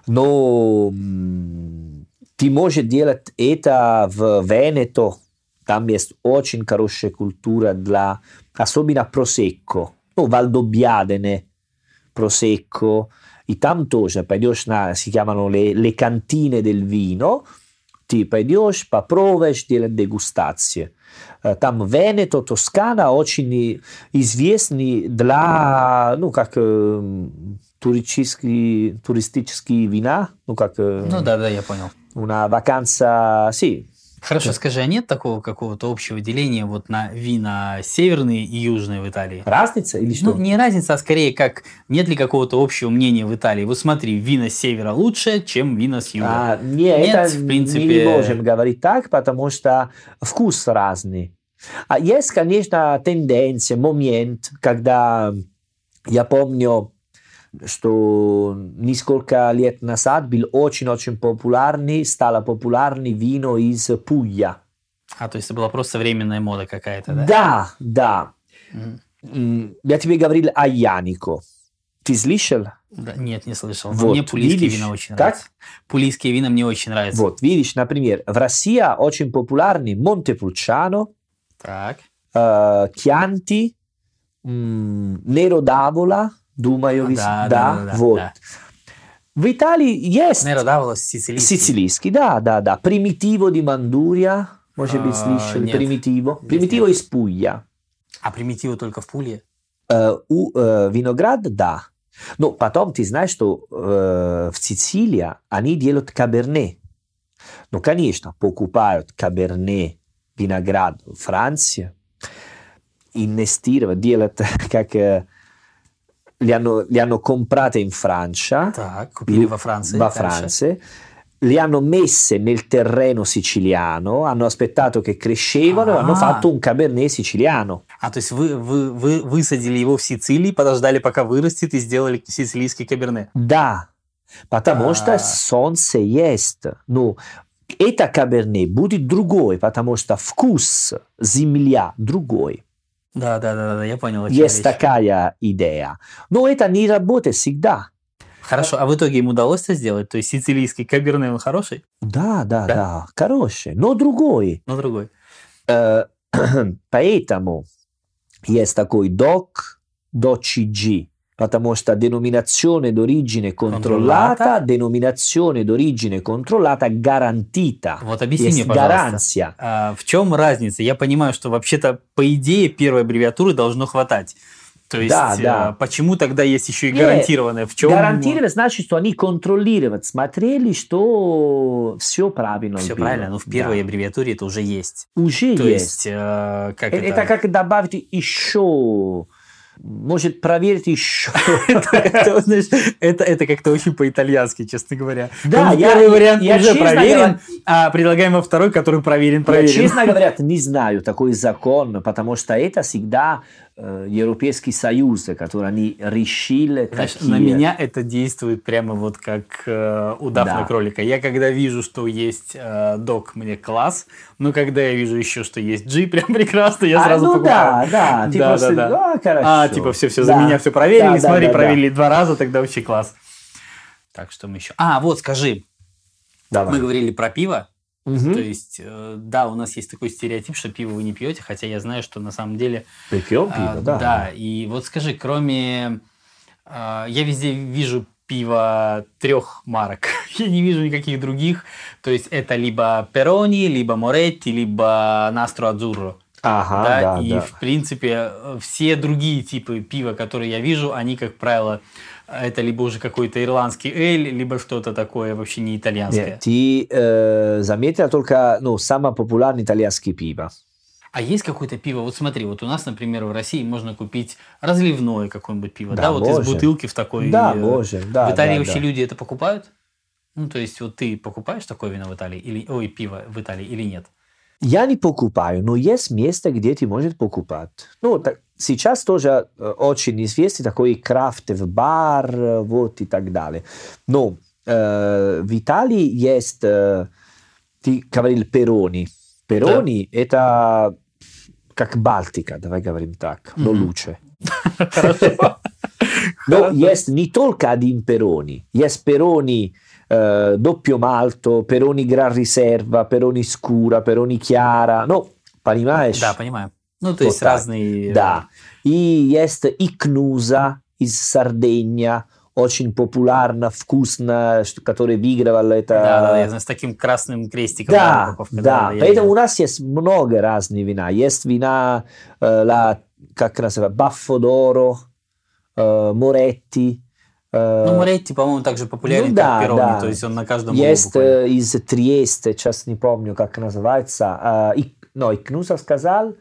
[SPEAKER 1] Но м, ты можешь делать это в Венето, там есть очень хорошая культура для, особенно Prosecco, ну, Valdobbiadene, Prosecco, и там тоже пойдешь на, si chiamano le, le cantine del vino, ты пойдешь, попробуешь, делать дегустации. Э, Там Венето, Тоскана очень известны для, ну, как э, туристические, туристические вина, ну, как э,
[SPEAKER 2] Ну да, да, я понял.
[SPEAKER 1] una vacanza, sì.
[SPEAKER 2] Хорошо, скажи, а нет такого какого-то общего деления вот на вина северные и южные в Италии?
[SPEAKER 1] Разница или что?
[SPEAKER 2] Ну, не разница, а скорее как нет ли какого-то общего мнения в Италии. Вот смотри, вина с севера лучше, чем вина с юга.
[SPEAKER 1] А, не,
[SPEAKER 2] Нет,
[SPEAKER 1] это
[SPEAKER 2] в
[SPEAKER 1] мы
[SPEAKER 2] принципе-
[SPEAKER 1] не можем говорить так, потому что вкус разный. А есть, конечно, тенденция, момент, когда я помню, что несколько лет назад был очень-очень популярный, стало популярный вино из Пугlia.
[SPEAKER 2] А, то есть это была просто временная мода какая-то, да?
[SPEAKER 1] Да, да.
[SPEAKER 2] Мгм.
[SPEAKER 1] М, Я тебе говорил о Янико. Ты слышал?
[SPEAKER 2] Да, нет, не слышал. Но
[SPEAKER 1] Вот,
[SPEAKER 2] мне пулийские
[SPEAKER 1] видишь,
[SPEAKER 2] вина очень
[SPEAKER 1] как?
[SPEAKER 2] нравятся. Пулийские вина мне очень нравятся.
[SPEAKER 1] Вот, видишь, например, в России очень популярный Монтепульчано,
[SPEAKER 2] Так.
[SPEAKER 1] э, Chianti, м, Nero d'Avola, думаю, вы-
[SPEAKER 2] Да,
[SPEAKER 1] да,
[SPEAKER 2] да, да, да,
[SPEAKER 1] вот.
[SPEAKER 2] да.
[SPEAKER 1] В Италии есть
[SPEAKER 2] Неро Даволос сицилийский.
[SPEAKER 1] сицилийский, да, да, да. Примитиво di Manduria, может быть,
[SPEAKER 2] А,
[SPEAKER 1] слышал,
[SPEAKER 2] нет.
[SPEAKER 1] Примитиво.
[SPEAKER 2] Нет,
[SPEAKER 1] Примитиво
[SPEAKER 2] нет.
[SPEAKER 1] из Пугlia.
[SPEAKER 2] А примитивы только в Пулье?
[SPEAKER 1] Э, у э, виноград, да. Но потом ты знаешь, что э, в Сицилии они делают каберне. Ну, конечно, покупают каберне, виноград в Франции, инвестировать, делать, как э, li hanno, li hanno comprate in Francia,
[SPEAKER 2] Так, купили во Франции.
[SPEAKER 1] va
[SPEAKER 2] Дальше.
[SPEAKER 1] Francia, le hanno messe nel terreno siciliano, hanno aspettato che crescevano e hanno
[SPEAKER 2] Ah.
[SPEAKER 1] fatto un cabernet siciliano.
[SPEAKER 2] А, то есть вы, вы, вы высадили его в Сицилии, подождали, пока вырастет, и сделали сицилийский каберне.
[SPEAKER 1] Да, потому что
[SPEAKER 2] А.
[SPEAKER 1] солнце есть. Ну, это каберне будет другой, потому что вкус земля другой.
[SPEAKER 2] Да, да, да, да, я понял.
[SPEAKER 1] Есть такая идея. Но это не работает всегда.
[SPEAKER 2] Хорошо, а в итоге им удалось это сделать? То есть сицилийский каберне, он хороший?
[SPEAKER 1] Да, да, да, да, хороший, но другой.
[SPEAKER 2] Но другой.
[SPEAKER 1] Поэтому есть такой док, дочг, потому что denominazione d'origine controllata, denominazione d'origine controllata garantita.
[SPEAKER 2] Вот объясни
[SPEAKER 1] есть
[SPEAKER 2] мне, пожалуйста,
[SPEAKER 1] гарантия.
[SPEAKER 2] А, в чем разница? Я понимаю, что вообще-то, по идее, первой аббревиатуры должно хватать. То есть,
[SPEAKER 1] Да, да.
[SPEAKER 2] почему тогда есть еще и гарантированное? В чем...
[SPEAKER 1] Гарантированное значит, что они контролировали, смотрели, что все правильно
[SPEAKER 2] Все
[SPEAKER 1] было.
[SPEAKER 2] правильно, но в первой
[SPEAKER 1] Да.
[SPEAKER 2] аббревиатуре это уже есть.
[SPEAKER 1] Уже
[SPEAKER 2] То
[SPEAKER 1] есть.
[SPEAKER 2] есть, э, как
[SPEAKER 1] это,
[SPEAKER 2] это?
[SPEAKER 1] это как добавить еще, может проверить еще.
[SPEAKER 2] Это, знаешь, это, это как-то очень по-итальянски, честно говоря.
[SPEAKER 1] Да,
[SPEAKER 2] Потому что
[SPEAKER 1] я-
[SPEAKER 2] первый вариант
[SPEAKER 1] я
[SPEAKER 2] уже
[SPEAKER 1] честно
[SPEAKER 2] проверен,
[SPEAKER 1] говоря-
[SPEAKER 2] а предлагаем во второй, который проверен,
[SPEAKER 1] Я,
[SPEAKER 2] проверен.
[SPEAKER 1] честно говоря, не знаю такой закон, потому что это всегда э, Европейский Союз, который они решили.
[SPEAKER 2] Знаешь,
[SPEAKER 1] такие-
[SPEAKER 2] на меня это действует прямо вот как э, удав
[SPEAKER 1] Да.
[SPEAKER 2] на кролика. Я когда вижу, что есть э, док, мне класс, но когда я вижу еще, что есть G, прям прекрасно, я
[SPEAKER 1] А,
[SPEAKER 2] сразу
[SPEAKER 1] ну
[SPEAKER 2] покупаю.
[SPEAKER 1] да, да, ты
[SPEAKER 2] Да,
[SPEAKER 1] просто,
[SPEAKER 2] да, да.
[SPEAKER 1] а, хорошо.
[SPEAKER 2] А, типа, все-все,
[SPEAKER 1] Да.
[SPEAKER 2] за меня все проверили,
[SPEAKER 1] Да, да,
[SPEAKER 2] смотри,
[SPEAKER 1] да, да.
[SPEAKER 2] проверили два раза, тогда вообще класс. Так, что мы еще? А, вот, скажи,
[SPEAKER 1] Давай.
[SPEAKER 2] мы говорили про пиво.
[SPEAKER 1] Мгм.
[SPEAKER 2] То есть, э, да, у нас есть такой стереотип, что пиво вы не пьете, хотя я знаю, что на самом деле...
[SPEAKER 1] Мы пьем
[SPEAKER 2] а,
[SPEAKER 1] пиво, да.
[SPEAKER 2] Да, и вот скажи, кроме... а, я везде вижу пиво трех марок. Я не вижу никаких других. То есть, это либо Перони, либо Моретти, либо Настро Адзурро.
[SPEAKER 1] Ага,
[SPEAKER 2] Да,
[SPEAKER 1] да,
[SPEAKER 2] и
[SPEAKER 1] да.
[SPEAKER 2] в принципе все другие типы пива, которые я вижу, они, как правило, это либо уже какой-то ирландский эль, либо что-то такое вообще не итальянское.
[SPEAKER 1] Нет, ты э, заметил только ну, самое популярное итальянское пиво.
[SPEAKER 2] А есть какое-то пиво? Вот смотри, вот у нас, например, в России можно купить разливное какое-нибудь пиво, да,
[SPEAKER 1] Да,
[SPEAKER 2] вот из
[SPEAKER 1] можем.
[SPEAKER 2] бутылки в такой.
[SPEAKER 1] Да,
[SPEAKER 2] э,
[SPEAKER 1] можем, да,
[SPEAKER 2] В Италии
[SPEAKER 1] да,
[SPEAKER 2] вообще
[SPEAKER 1] да.
[SPEAKER 2] люди это покупают? Ну, то есть, вот ты покупаешь такое вино в Италии, или, ой, пиво в Италии или нет?
[SPEAKER 1] Я не покупаю, но есть место, где ты можешь покупать. Ну, так, сейчас тоже э, очень известный такой крафт-бар, э, вот и так далее. Но э, в Италии есть, э, ты говорил Перони. Перони это как Балтика, давай говорим так, но
[SPEAKER 2] Мгм.
[SPEAKER 1] лучше.
[SPEAKER 2] Хорошо.
[SPEAKER 1] Но есть не только один Peroni, есть Peroni eh, doppio malto, Peroni Gran Riserva, Peroni Scura, Peroni Chiara, ну, понимаешь?
[SPEAKER 2] Да, понимаю. Ну, то
[SPEAKER 1] Вот
[SPEAKER 2] есть
[SPEAKER 1] так.
[SPEAKER 2] разные...
[SPEAKER 1] Да. И есть Икнуза из Сардения, очень популярно, вкусно, что- который выигрывал это.
[SPEAKER 2] Да, да, я знаю, с таким красным крестиком.
[SPEAKER 1] Да,
[SPEAKER 2] упаковка,
[SPEAKER 1] да.
[SPEAKER 2] я
[SPEAKER 1] Поэтому
[SPEAKER 2] видел.
[SPEAKER 1] у нас есть много разных вина. Есть вина, э, la, как называется, Baffo d'Oro, э, Moretti. э,
[SPEAKER 2] Ну, Моретти, по-моему, также популярен,
[SPEAKER 1] ну
[SPEAKER 2] как
[SPEAKER 1] да,
[SPEAKER 2] Перони,
[SPEAKER 1] да.
[SPEAKER 2] то есть он на каждом углу
[SPEAKER 1] Есть
[SPEAKER 2] буквально.
[SPEAKER 1] э, из Триеста, сейчас не помню, как называется. Э, Ик- no, Икнуса сказал.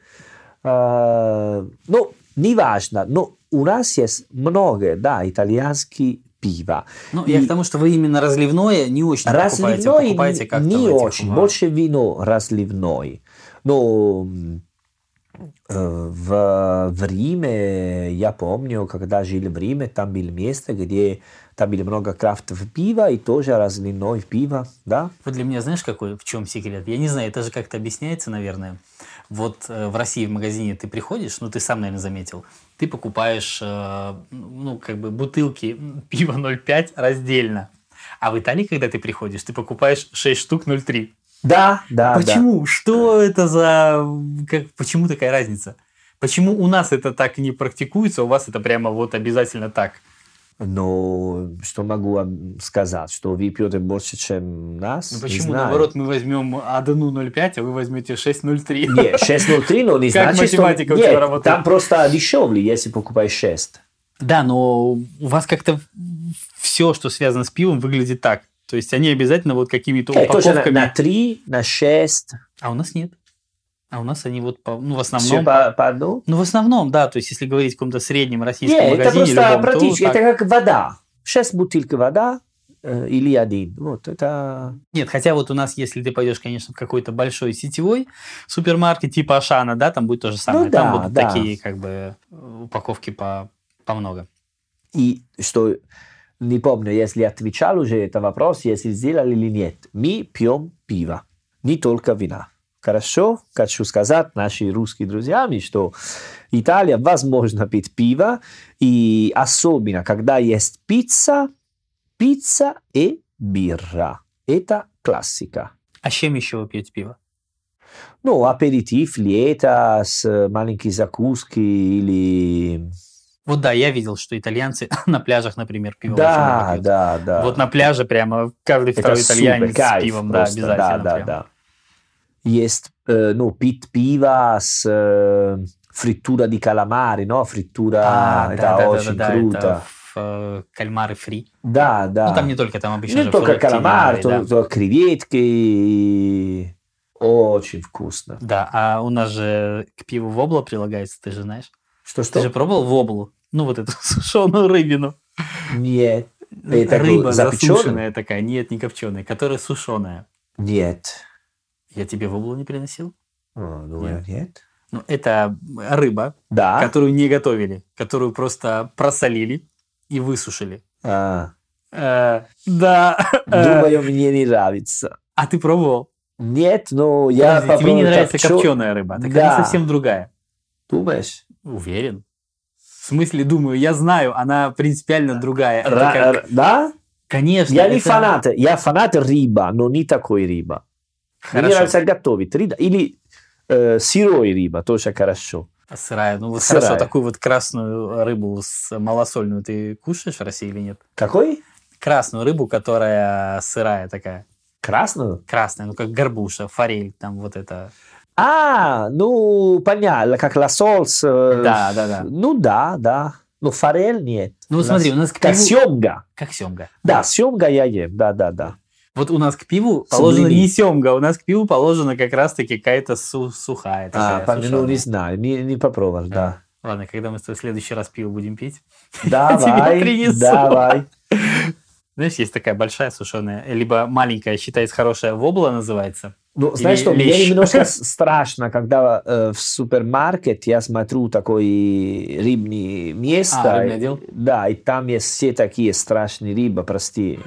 [SPEAKER 1] Э, ну, неважно. Но у нас есть много, да, итальянских пива.
[SPEAKER 2] Ну,
[SPEAKER 1] И
[SPEAKER 2] я к тому, что вы именно разливное не очень покупаете, а
[SPEAKER 1] разливной
[SPEAKER 2] покупаете как-то
[SPEAKER 1] не
[SPEAKER 2] в этих,
[SPEAKER 1] очень,
[SPEAKER 2] в-
[SPEAKER 1] больше вино разливной. Но м, э, в, в Риме, я помню, когда жил в Риме, там было место, где там было много крафтов пива и тоже разливной пива, да?
[SPEAKER 2] Вот для меня, знаешь, какой, в чем секрет? Я не знаю, это же как-то объясняется, наверное. Вот э, в России в магазине ты приходишь, ну, ты сам, наверное, заметил, ты покупаешь, э, ну, как бы бутылки пива ноль пять раздельно. А в Италии, когда ты приходишь, ты покупаешь шесть штук ноль три.
[SPEAKER 1] Да, да, да.
[SPEAKER 2] Почему? Что это за... Как, почему такая разница? Почему у нас это так не практикуется, а у вас это прямо вот обязательно так?
[SPEAKER 1] Но что могу вам сказать, что вы пьете больше, чем нас?
[SPEAKER 2] Ну,
[SPEAKER 1] Не
[SPEAKER 2] почему,
[SPEAKER 1] знаю.
[SPEAKER 2] наоборот, мы возьмем одну ноль пять, а вы возьмете шесть ноль три?
[SPEAKER 1] Нет, шесть ноль три, но не
[SPEAKER 2] Как
[SPEAKER 1] значит, что...
[SPEAKER 2] математика у тебя
[SPEAKER 1] Нет,
[SPEAKER 2] работает?
[SPEAKER 1] там просто дешевле, если покупаешь шесть.
[SPEAKER 2] Да, но у вас как-то все, что связано с пивом, выглядит так. То есть они обязательно вот какими-то
[SPEAKER 1] Окей, тоже на,
[SPEAKER 2] упаковками...
[SPEAKER 1] на три, на шесть.
[SPEAKER 2] А у нас нет. А у нас они вот, по- ну, в
[SPEAKER 1] Все
[SPEAKER 2] основном...
[SPEAKER 1] по, по одну?
[SPEAKER 2] Ну, в основном, да. То есть если говорить о каком-то среднем российском
[SPEAKER 1] Нет, это
[SPEAKER 2] магазине,
[SPEAKER 1] просто
[SPEAKER 2] любом, то
[SPEAKER 1] практически,
[SPEAKER 2] так.
[SPEAKER 1] это как вода. Шесть бутылок вода э, или один. Вот, это...
[SPEAKER 2] Нет, хотя вот у нас, если ты пойдешь, конечно, в какой-то большой сетевой супермаркет типа Ашана, да, там будет то же самое.
[SPEAKER 1] Ну
[SPEAKER 2] там
[SPEAKER 1] да,
[SPEAKER 2] будут
[SPEAKER 1] да.
[SPEAKER 2] такие, как бы, упаковки по, по много.
[SPEAKER 1] И что, не помню, если отвечал уже этот вопрос, если сделали или нет. Мы пьем пива, не только вина. Хорошо? Хочу сказать нашим русским друзьям, что Италия возможно пить пиво, и особенно, когда есть пицца, пицца и бирра. Это классика.
[SPEAKER 2] А с чем еще вы пьете пиво?
[SPEAKER 1] Ну, аперитив, лето с маленькие закуски или...
[SPEAKER 2] Вот да, я видел, что итальянцы на пляжах, например, пиво
[SPEAKER 1] Да,
[SPEAKER 2] очень много пьют.
[SPEAKER 1] да, да.
[SPEAKER 2] Вот на пляже прямо каждый
[SPEAKER 1] Это
[SPEAKER 2] второй
[SPEAKER 1] супер,
[SPEAKER 2] итальянец
[SPEAKER 1] кайф
[SPEAKER 2] с пивом,
[SPEAKER 1] просто.
[SPEAKER 2] да, обязательно.
[SPEAKER 1] Да, да,
[SPEAKER 2] прям.
[SPEAKER 1] да. Есть, э, ну, пить пиво с э, фритура di calamari, no? Фритура,
[SPEAKER 2] А,
[SPEAKER 1] это
[SPEAKER 2] да, да,
[SPEAKER 1] очень
[SPEAKER 2] да, да,
[SPEAKER 1] круто.
[SPEAKER 2] это в, э, кальмары фри.
[SPEAKER 1] Да, да.
[SPEAKER 2] Ну, там не только, там обычно
[SPEAKER 1] Не
[SPEAKER 2] же
[SPEAKER 1] только
[SPEAKER 2] форель,
[SPEAKER 1] каламар,
[SPEAKER 2] тимьян,
[SPEAKER 1] то, то креветки. Очень вкусно.
[SPEAKER 2] Да, а у нас же к пиву вобла прилагается, ты же знаешь.
[SPEAKER 1] Что-что?
[SPEAKER 2] Ты же пробовал воблу? Ну, вот эту сушеную рыбину.
[SPEAKER 1] Нет. Это
[SPEAKER 2] Рыба
[SPEAKER 1] запечённая?
[SPEAKER 2] засушенная такая, нет, не копченая, которая сушеная.
[SPEAKER 1] Нет.
[SPEAKER 2] Я тебе воблу не приносил?
[SPEAKER 1] О, думаю, нет.
[SPEAKER 2] Ну, это рыба,
[SPEAKER 1] Да.
[SPEAKER 2] которую не готовили, которую просто просолили и высушили.
[SPEAKER 1] А,
[SPEAKER 2] Э, Да. э,
[SPEAKER 1] думаю, мне не нравится.
[SPEAKER 2] А ты пробовал?
[SPEAKER 1] Нет, но я
[SPEAKER 2] Подожди, тебе не
[SPEAKER 1] попробую
[SPEAKER 2] нравится
[SPEAKER 1] копчё-
[SPEAKER 2] копченая рыба, так
[SPEAKER 1] Да.
[SPEAKER 2] она совсем другая.
[SPEAKER 1] Думаешь?
[SPEAKER 2] Уверен. В смысле, думаю, я знаю, она принципиально другая. Это
[SPEAKER 1] Ра-
[SPEAKER 2] как-
[SPEAKER 1] р- Да?
[SPEAKER 2] Конечно.
[SPEAKER 1] Я не
[SPEAKER 2] это-
[SPEAKER 1] фанат. Я фанат рыба, но не такой рыба. Мне
[SPEAKER 2] Хорошо.
[SPEAKER 1] нравится готовить рыба. Или э, сырой рыба, тоже хорошо.
[SPEAKER 2] Сырая. Ну вот
[SPEAKER 1] Сырая.
[SPEAKER 2] хорошо, такую вот красную рыбу с малосольную ты кушаешь в России или нет?
[SPEAKER 1] Какой?
[SPEAKER 2] Красную рыбу, которая сырая такая.
[SPEAKER 1] Красную?
[SPEAKER 2] Красная, ну как горбуша, форель, там вот это.
[SPEAKER 1] А, ну, понятно, как лосось. э,
[SPEAKER 2] Да, да, да.
[SPEAKER 1] Ну, да, да. Но форель нет.
[SPEAKER 2] Ну,
[SPEAKER 1] Лос-
[SPEAKER 2] смотри, у нас к
[SPEAKER 1] Как
[SPEAKER 2] пиву-
[SPEAKER 1] семга.
[SPEAKER 2] Как семга.
[SPEAKER 1] Да, семга я ем, да, да, да.
[SPEAKER 2] Вот у нас к пиву положено
[SPEAKER 1] Сублими.
[SPEAKER 2] не семга, у нас к пиву положена как раз-таки какая-то су- сухая.
[SPEAKER 1] А,
[SPEAKER 2] Такая,
[SPEAKER 1] пон- ну,
[SPEAKER 2] сушеная.
[SPEAKER 1] не знаю, не, не попробовал, да.
[SPEAKER 2] Ладно, когда мы с тобой в следующий раз пиво будем пить, я тебе
[SPEAKER 1] Давай,
[SPEAKER 2] принесу.
[SPEAKER 1] давай.
[SPEAKER 2] Знаешь, есть такая большая сушеная, либо маленькая, считается хорошая, вобла называется.
[SPEAKER 1] Ну, знаешь
[SPEAKER 2] Или
[SPEAKER 1] что, мне
[SPEAKER 2] лещ.
[SPEAKER 1] немножко с- страшно, когда э, в супермаркете я смотрю такое рыбное место.
[SPEAKER 2] А, рыбный отдел?
[SPEAKER 1] Да, и там есть все такие страшные рыбы, прости.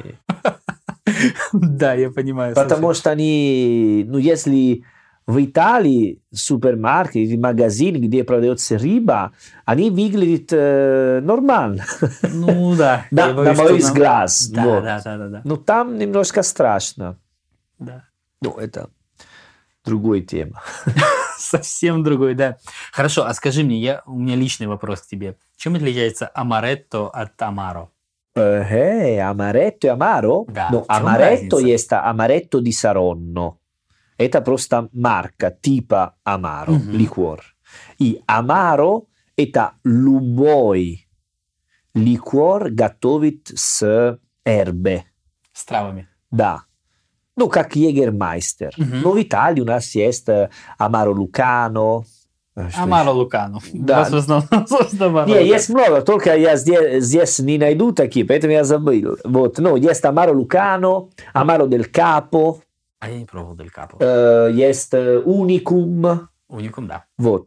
[SPEAKER 2] Да, я понимаю.
[SPEAKER 1] Потому что они, ну, если в Италии супермаркет или магазин, где продается рыба, они выглядят э, нормально.
[SPEAKER 2] Ну да.
[SPEAKER 1] Да,
[SPEAKER 2] я боюсь,
[SPEAKER 1] на мой
[SPEAKER 2] что нам-
[SPEAKER 1] взгляд.
[SPEAKER 2] Да,
[SPEAKER 1] вот.
[SPEAKER 2] да, да, да, да.
[SPEAKER 1] Но там немножко страшно.
[SPEAKER 2] Да.
[SPEAKER 1] Ну, это другая тема.
[SPEAKER 2] Совсем другой, да. Хорошо, а скажи мне, я, у меня личный вопрос к тебе. Чем отличается амаретто от амаро?
[SPEAKER 1] Eh, amaretto e amaro?
[SPEAKER 2] Да,
[SPEAKER 1] No,
[SPEAKER 2] в чем
[SPEAKER 1] amaretto
[SPEAKER 2] разница?
[SPEAKER 1] есть amaretto di Saronno. Это просто марка типа amaro,
[SPEAKER 2] Мгм.
[SPEAKER 1] ликер. И amaro это любой ликер готовит с эрбе.
[SPEAKER 2] С травами.
[SPEAKER 1] Да. Ну, как Jägermeister.
[SPEAKER 2] Мгм.
[SPEAKER 1] Но в Италии у нас есть э, amaro lucano. Э, что
[SPEAKER 2] Амаро Лукану.
[SPEAKER 1] Да.
[SPEAKER 2] У вас в основном, собственно, Амаро
[SPEAKER 1] Не,
[SPEAKER 2] Лукану.
[SPEAKER 1] есть много, только я здесь, здесь не найду такие, поэтому я забыл. Вот, ну, есть Амаро Лукано, Амаро Дель Капо,
[SPEAKER 2] А я не пробовал Дель Капо.
[SPEAKER 1] э, есть э, Unicum,
[SPEAKER 2] Уникум, да.
[SPEAKER 1] вот.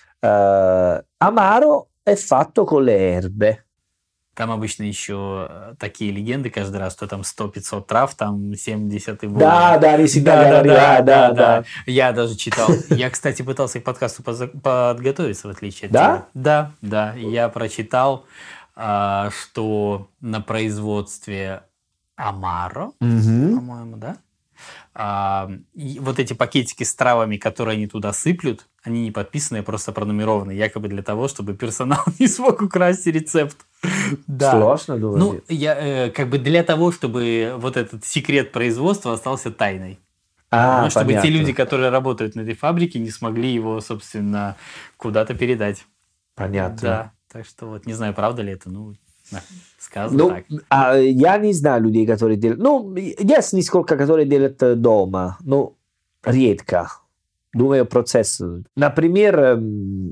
[SPEAKER 1] Э, Amaro è fatto con le erbe.
[SPEAKER 2] Там обычно еще э, такие легенды каждый раз, что там сто-пятьсот трав, там семьдесят и более.
[SPEAKER 1] Да, да, они всегда говорят, да, да, да.
[SPEAKER 2] Я даже читал. Я, кстати, пытался к подкасту поза- подготовиться, в отличие от
[SPEAKER 1] Да?
[SPEAKER 2] тебя. Да, да. Я прочитал, а, что на производстве Амаро,
[SPEAKER 1] Мгм.
[SPEAKER 2] по-моему, да? А, и вот эти пакетики с травами, которые они туда сыплют, они не подписаны, а просто пронумерованы, якобы для того, чтобы персонал не смог украсть рецепт. Да.
[SPEAKER 1] Сложно,
[SPEAKER 2] Ну,
[SPEAKER 1] думаю.
[SPEAKER 2] я э, как бы для того, чтобы вот этот секрет производства остался тайной.
[SPEAKER 1] А,
[SPEAKER 2] Ну, чтобы
[SPEAKER 1] понятно.
[SPEAKER 2] те люди, которые работают на этой фабрике, не смогли его, собственно, куда-то передать.
[SPEAKER 1] Понятно.
[SPEAKER 2] Да. Так что вот не знаю, правда ли это, ну, да, сказано
[SPEAKER 1] Ну,
[SPEAKER 2] так.
[SPEAKER 1] а, я не знаю людей, которые делают. Ну, есть несколько, которые делают э, дома, но редко. Думаю, процесс. Например, эм,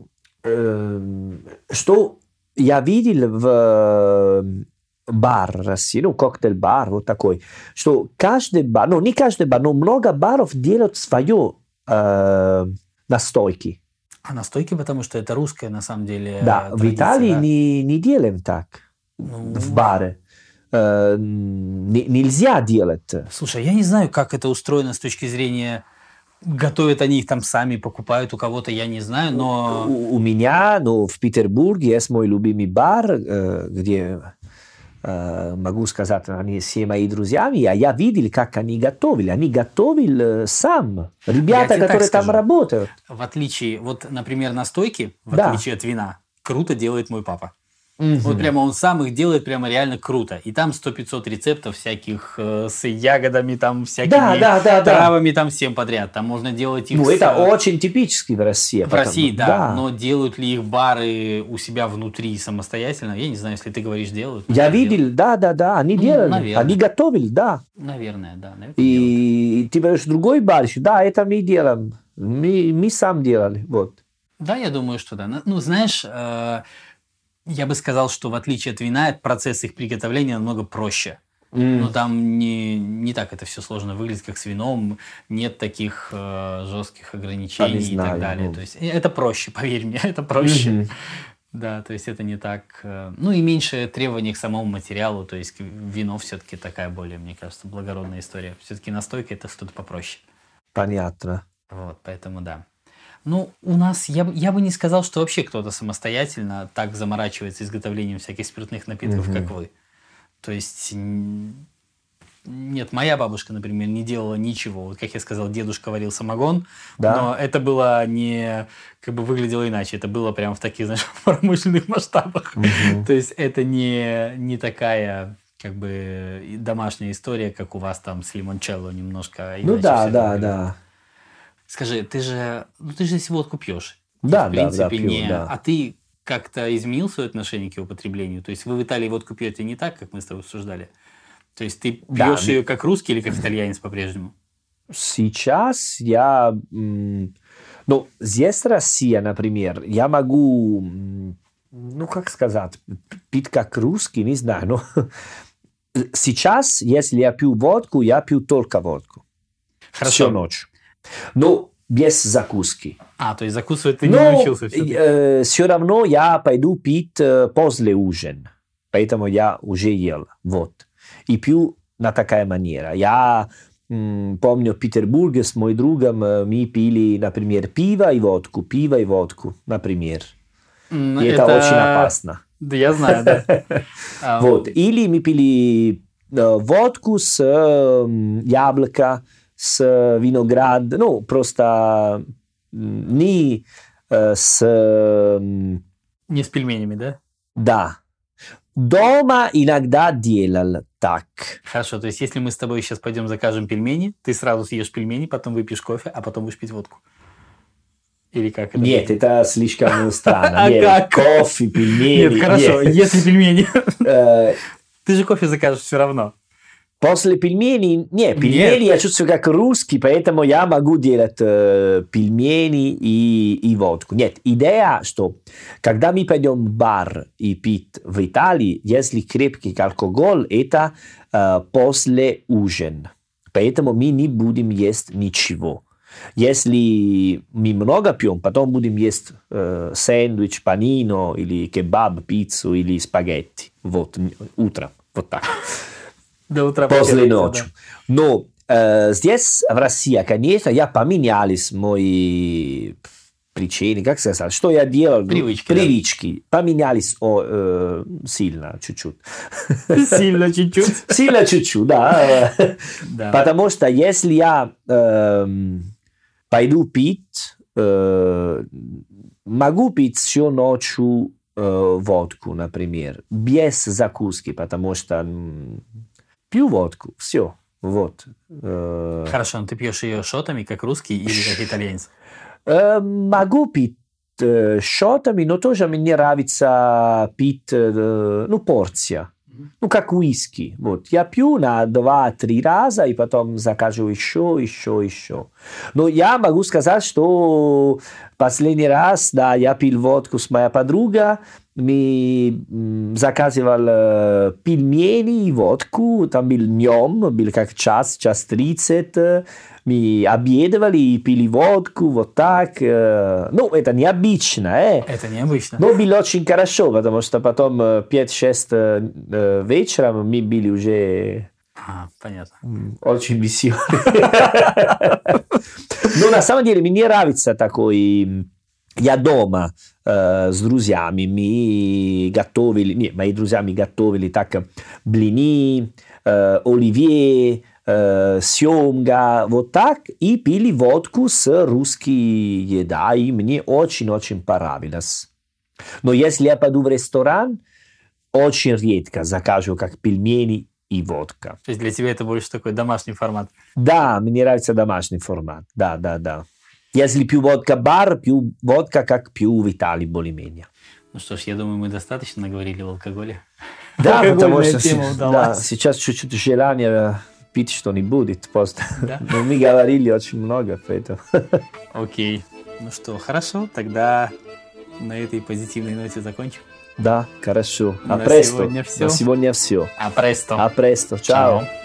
[SPEAKER 1] эм, что я видел в э, бар России, ну, коктейль-бар, вот такой, что каждый бар, ну, не каждый бар, но много баров делают свое э, настойки.
[SPEAKER 2] А настойки, потому что это русская, на самом деле,
[SPEAKER 1] Да, в
[SPEAKER 2] традиция,
[SPEAKER 1] Италии
[SPEAKER 2] да?
[SPEAKER 1] не, не делаем так.
[SPEAKER 2] Ну,
[SPEAKER 1] В баре. э, не, нельзя делать.
[SPEAKER 2] Слушай, я не знаю, как это устроено с точки зрения... Готовят они их там сами, покупают у кого-то, я не знаю, но...
[SPEAKER 1] У, у меня, ну, в Петербурге есть мой любимый бар, э, где, э, могу сказать, они все мои друзья, а я видел, как они готовили. Они готовили сам. Ребята, которые там
[SPEAKER 2] скажу,
[SPEAKER 1] работают.
[SPEAKER 2] В отличие, вот, например, настойки, в
[SPEAKER 1] Да.
[SPEAKER 2] отличие от вина, круто делает мой папа.
[SPEAKER 1] Мгм.
[SPEAKER 2] Вот прямо он сам их делает прямо реально круто. И там сто-пятьсот рецептов всяких э, с ягодами, там всякими
[SPEAKER 1] Да, да, да, да.
[SPEAKER 2] травами, там всем подряд. Там можно делать их
[SPEAKER 1] Ну,
[SPEAKER 2] с,
[SPEAKER 1] это
[SPEAKER 2] э,
[SPEAKER 1] очень типически в России.
[SPEAKER 2] в
[SPEAKER 1] потому-
[SPEAKER 2] России, да, но делают ли их бары у себя внутри самостоятельно? Я не знаю, если ты говоришь, делают.
[SPEAKER 1] Я
[SPEAKER 2] наверное,
[SPEAKER 1] видел, да, да, да, они
[SPEAKER 2] Ну,
[SPEAKER 1] делали,
[SPEAKER 2] наверное.
[SPEAKER 1] они готовили, да.
[SPEAKER 2] делают. Наверное, да. Наверное, делают.
[SPEAKER 1] И ты берешь другой бар, да, это мы делаем, мы, мы сам делали, вот.
[SPEAKER 2] Да, я думаю, что да. Ну, ну, знаешь, э, я бы сказал, что в отличие от вина, процесс их приготовления намного проще.
[SPEAKER 1] М.
[SPEAKER 2] Но там не, не так это все сложно выглядит, как с вином. Нет таких э, жестких ограничений
[SPEAKER 1] Да, не
[SPEAKER 2] и
[SPEAKER 1] знаю,
[SPEAKER 2] так далее.
[SPEAKER 1] ну.
[SPEAKER 2] То есть э, это проще, поверь мне, это проще.
[SPEAKER 1] Мгм.
[SPEAKER 2] Да, то есть это не так... э, Ну и меньше требований к самому материалу. То есть вино все-таки такая более, мне кажется, благородная история. Все-таки настойка это что-то попроще.
[SPEAKER 1] Понятно.
[SPEAKER 2] Вот, поэтому да. Ну, у нас, я, бы- я бы не сказал, что вообще кто-то самостоятельно так заморачивается изготовлением всяких спиртных напитков,
[SPEAKER 1] Мгм.
[SPEAKER 2] как вы. То есть, н- нет, моя бабушка, например, не делала ничего. Вот, как я сказал, дедушка варил самогон,
[SPEAKER 1] Да.
[SPEAKER 2] но это было не, как бы выглядело иначе. Это было прямо в таких, знаешь, промышленных масштабах.
[SPEAKER 1] Мгм.
[SPEAKER 2] То есть, это не, не такая, как бы, и домашняя история, как у вас там с лимончелло немножко
[SPEAKER 1] Ну
[SPEAKER 2] иначе
[SPEAKER 1] да,
[SPEAKER 2] всё это
[SPEAKER 1] да,
[SPEAKER 2] выглядит.
[SPEAKER 1] да.
[SPEAKER 2] Скажи, ты же, ну ты же здесь водку пьешь.
[SPEAKER 1] Да,
[SPEAKER 2] в
[SPEAKER 1] да,
[SPEAKER 2] принципе,
[SPEAKER 1] да, пью,
[SPEAKER 2] не...
[SPEAKER 1] да.
[SPEAKER 2] А ты как-то изменил свое отношение к ее употреблению? То есть вы в Италии водку пьете не так, как мы с тобой обсуждали? То есть ты
[SPEAKER 1] Да,
[SPEAKER 2] пьешь
[SPEAKER 1] ми-
[SPEAKER 2] ее как русский или как итальянец по-прежнему?
[SPEAKER 1] Сейчас я, м, ну, здесь Россия, например, я могу, м, ну, как сказать, пить как русский, не знаю, но сейчас, если я пью водку, я пью только водку. Всю ночь. Ну, без закуски.
[SPEAKER 2] А, то есть закусывать ты не
[SPEAKER 1] Но
[SPEAKER 2] научился все-таки?
[SPEAKER 1] все равно я пойду пить э, после ужина. Поэтому я уже ел. Вот. И пью на такая манера. Я м, помню, в Петербурге с моим другом э, мы пили, например, пиво и водку. Пиво и водку, например.
[SPEAKER 2] М,
[SPEAKER 1] И это, очень опасно.
[SPEAKER 2] Да, я знаю, да. А,
[SPEAKER 1] Вот. Или мы пили э, водку с э, яблока, с виноград, ну, просто м, не э, с... м,
[SPEAKER 2] Не с пельменями, да?
[SPEAKER 1] Да. Дома иногда делал так.
[SPEAKER 2] Хорошо, то есть если мы с тобой сейчас пойдем закажем пельмени, ты сразу съешь пельмени, потом выпьешь кофе, а потом будешь пить водку? Или как это?
[SPEAKER 1] Нет, это слишком странно.
[SPEAKER 2] А
[SPEAKER 1] Нет,
[SPEAKER 2] как?
[SPEAKER 1] кофе, пельмени.
[SPEAKER 2] Нет, хорошо,
[SPEAKER 1] нет.
[SPEAKER 2] если пельмени.
[SPEAKER 1] Э,
[SPEAKER 2] Ты же кофе закажешь все равно.
[SPEAKER 1] После пельменей... Не, пельмени я чувствую как русский, поэтому я могу делать э, пельмени и, и водку. Нет, идея, что когда мы пойдем в бар и пить в Италии, если крепкий алкоголь, это э, после ужина. Поэтому мы не будем есть ничего. Если мы много пьем, потом будем есть э, сэндвич, панино, или кебаб, пиццу, или спагетти. Вот, м, утром. Вот так.
[SPEAKER 2] До утра.
[SPEAKER 1] После
[SPEAKER 2] потеряется,
[SPEAKER 1] ночи. Но э, здесь, в России, конечно, я поменялись мои причины, как сказать, что я делал?
[SPEAKER 2] Привычки, да.
[SPEAKER 1] Привычки. Поменялись о, э, сильно, чуть-чуть.
[SPEAKER 2] да. Сильно чуть-чуть.
[SPEAKER 1] Сильно чуть-чуть, да.
[SPEAKER 2] Да.
[SPEAKER 1] Потому что если я эм, пойду пить, э, могу пить всю ночью э, водку, например, без закуски, потому что м, пью водку, все, вот. Э,
[SPEAKER 2] Хорошо, но ты пьешь ее шотами, как русский или как итальянец?
[SPEAKER 1] э, могу пить э, шотами, но тоже мне нравится пить, э, ну, порция. Ну, как виски. Вот. Я пью на два-три раза, и потом закажу еще, еще, еще. Но я могу сказать, что последний раз, да, я пил водку с моей подругой, мы м, заказывал э, пельмени и водку, там был днем, был как час, час тридцать. Мы мы обедали и пили водку, вот так. Ну, это необычно, э?
[SPEAKER 2] Это необычно.
[SPEAKER 1] Но было очень хорошо, потому что потом пять-шесть вечера мы были уже...
[SPEAKER 2] А, понятно.
[SPEAKER 1] Очень веселые. Но на самом деле мне нравится такой... Я дома э, с друзьями, мы готовили, не, мои друзья мы готовили так блины, э, оливье, э, семга, вот так, и пили водку с русской едой, и мне очень-очень понравилось. Но если я пойду в ресторан, очень редко закажу как пельмени и водка.
[SPEAKER 2] То есть для тебя это больше такой домашний формат?
[SPEAKER 1] Да, мне нравится домашний формат, да, да, да. Если пью водка бар, пью водка, как пью в Италии, более-менее.
[SPEAKER 2] Ну что ж, я думаю, мы достаточно наговорили об алкоголе.
[SPEAKER 1] Да, потому что
[SPEAKER 2] да,
[SPEAKER 1] сейчас чуть-чуть желания пить что-нибудь просто.
[SPEAKER 2] Да?
[SPEAKER 1] Но мы говорили очень много, поэтому...
[SPEAKER 2] Окей. Ну что, хорошо, тогда на этой позитивной ноте закончим.
[SPEAKER 1] Да, хорошо.
[SPEAKER 2] На
[SPEAKER 1] А престо.
[SPEAKER 2] сегодня все.
[SPEAKER 1] На сегодня все.
[SPEAKER 2] А престо.
[SPEAKER 1] А престо. Чао.
[SPEAKER 2] Чао.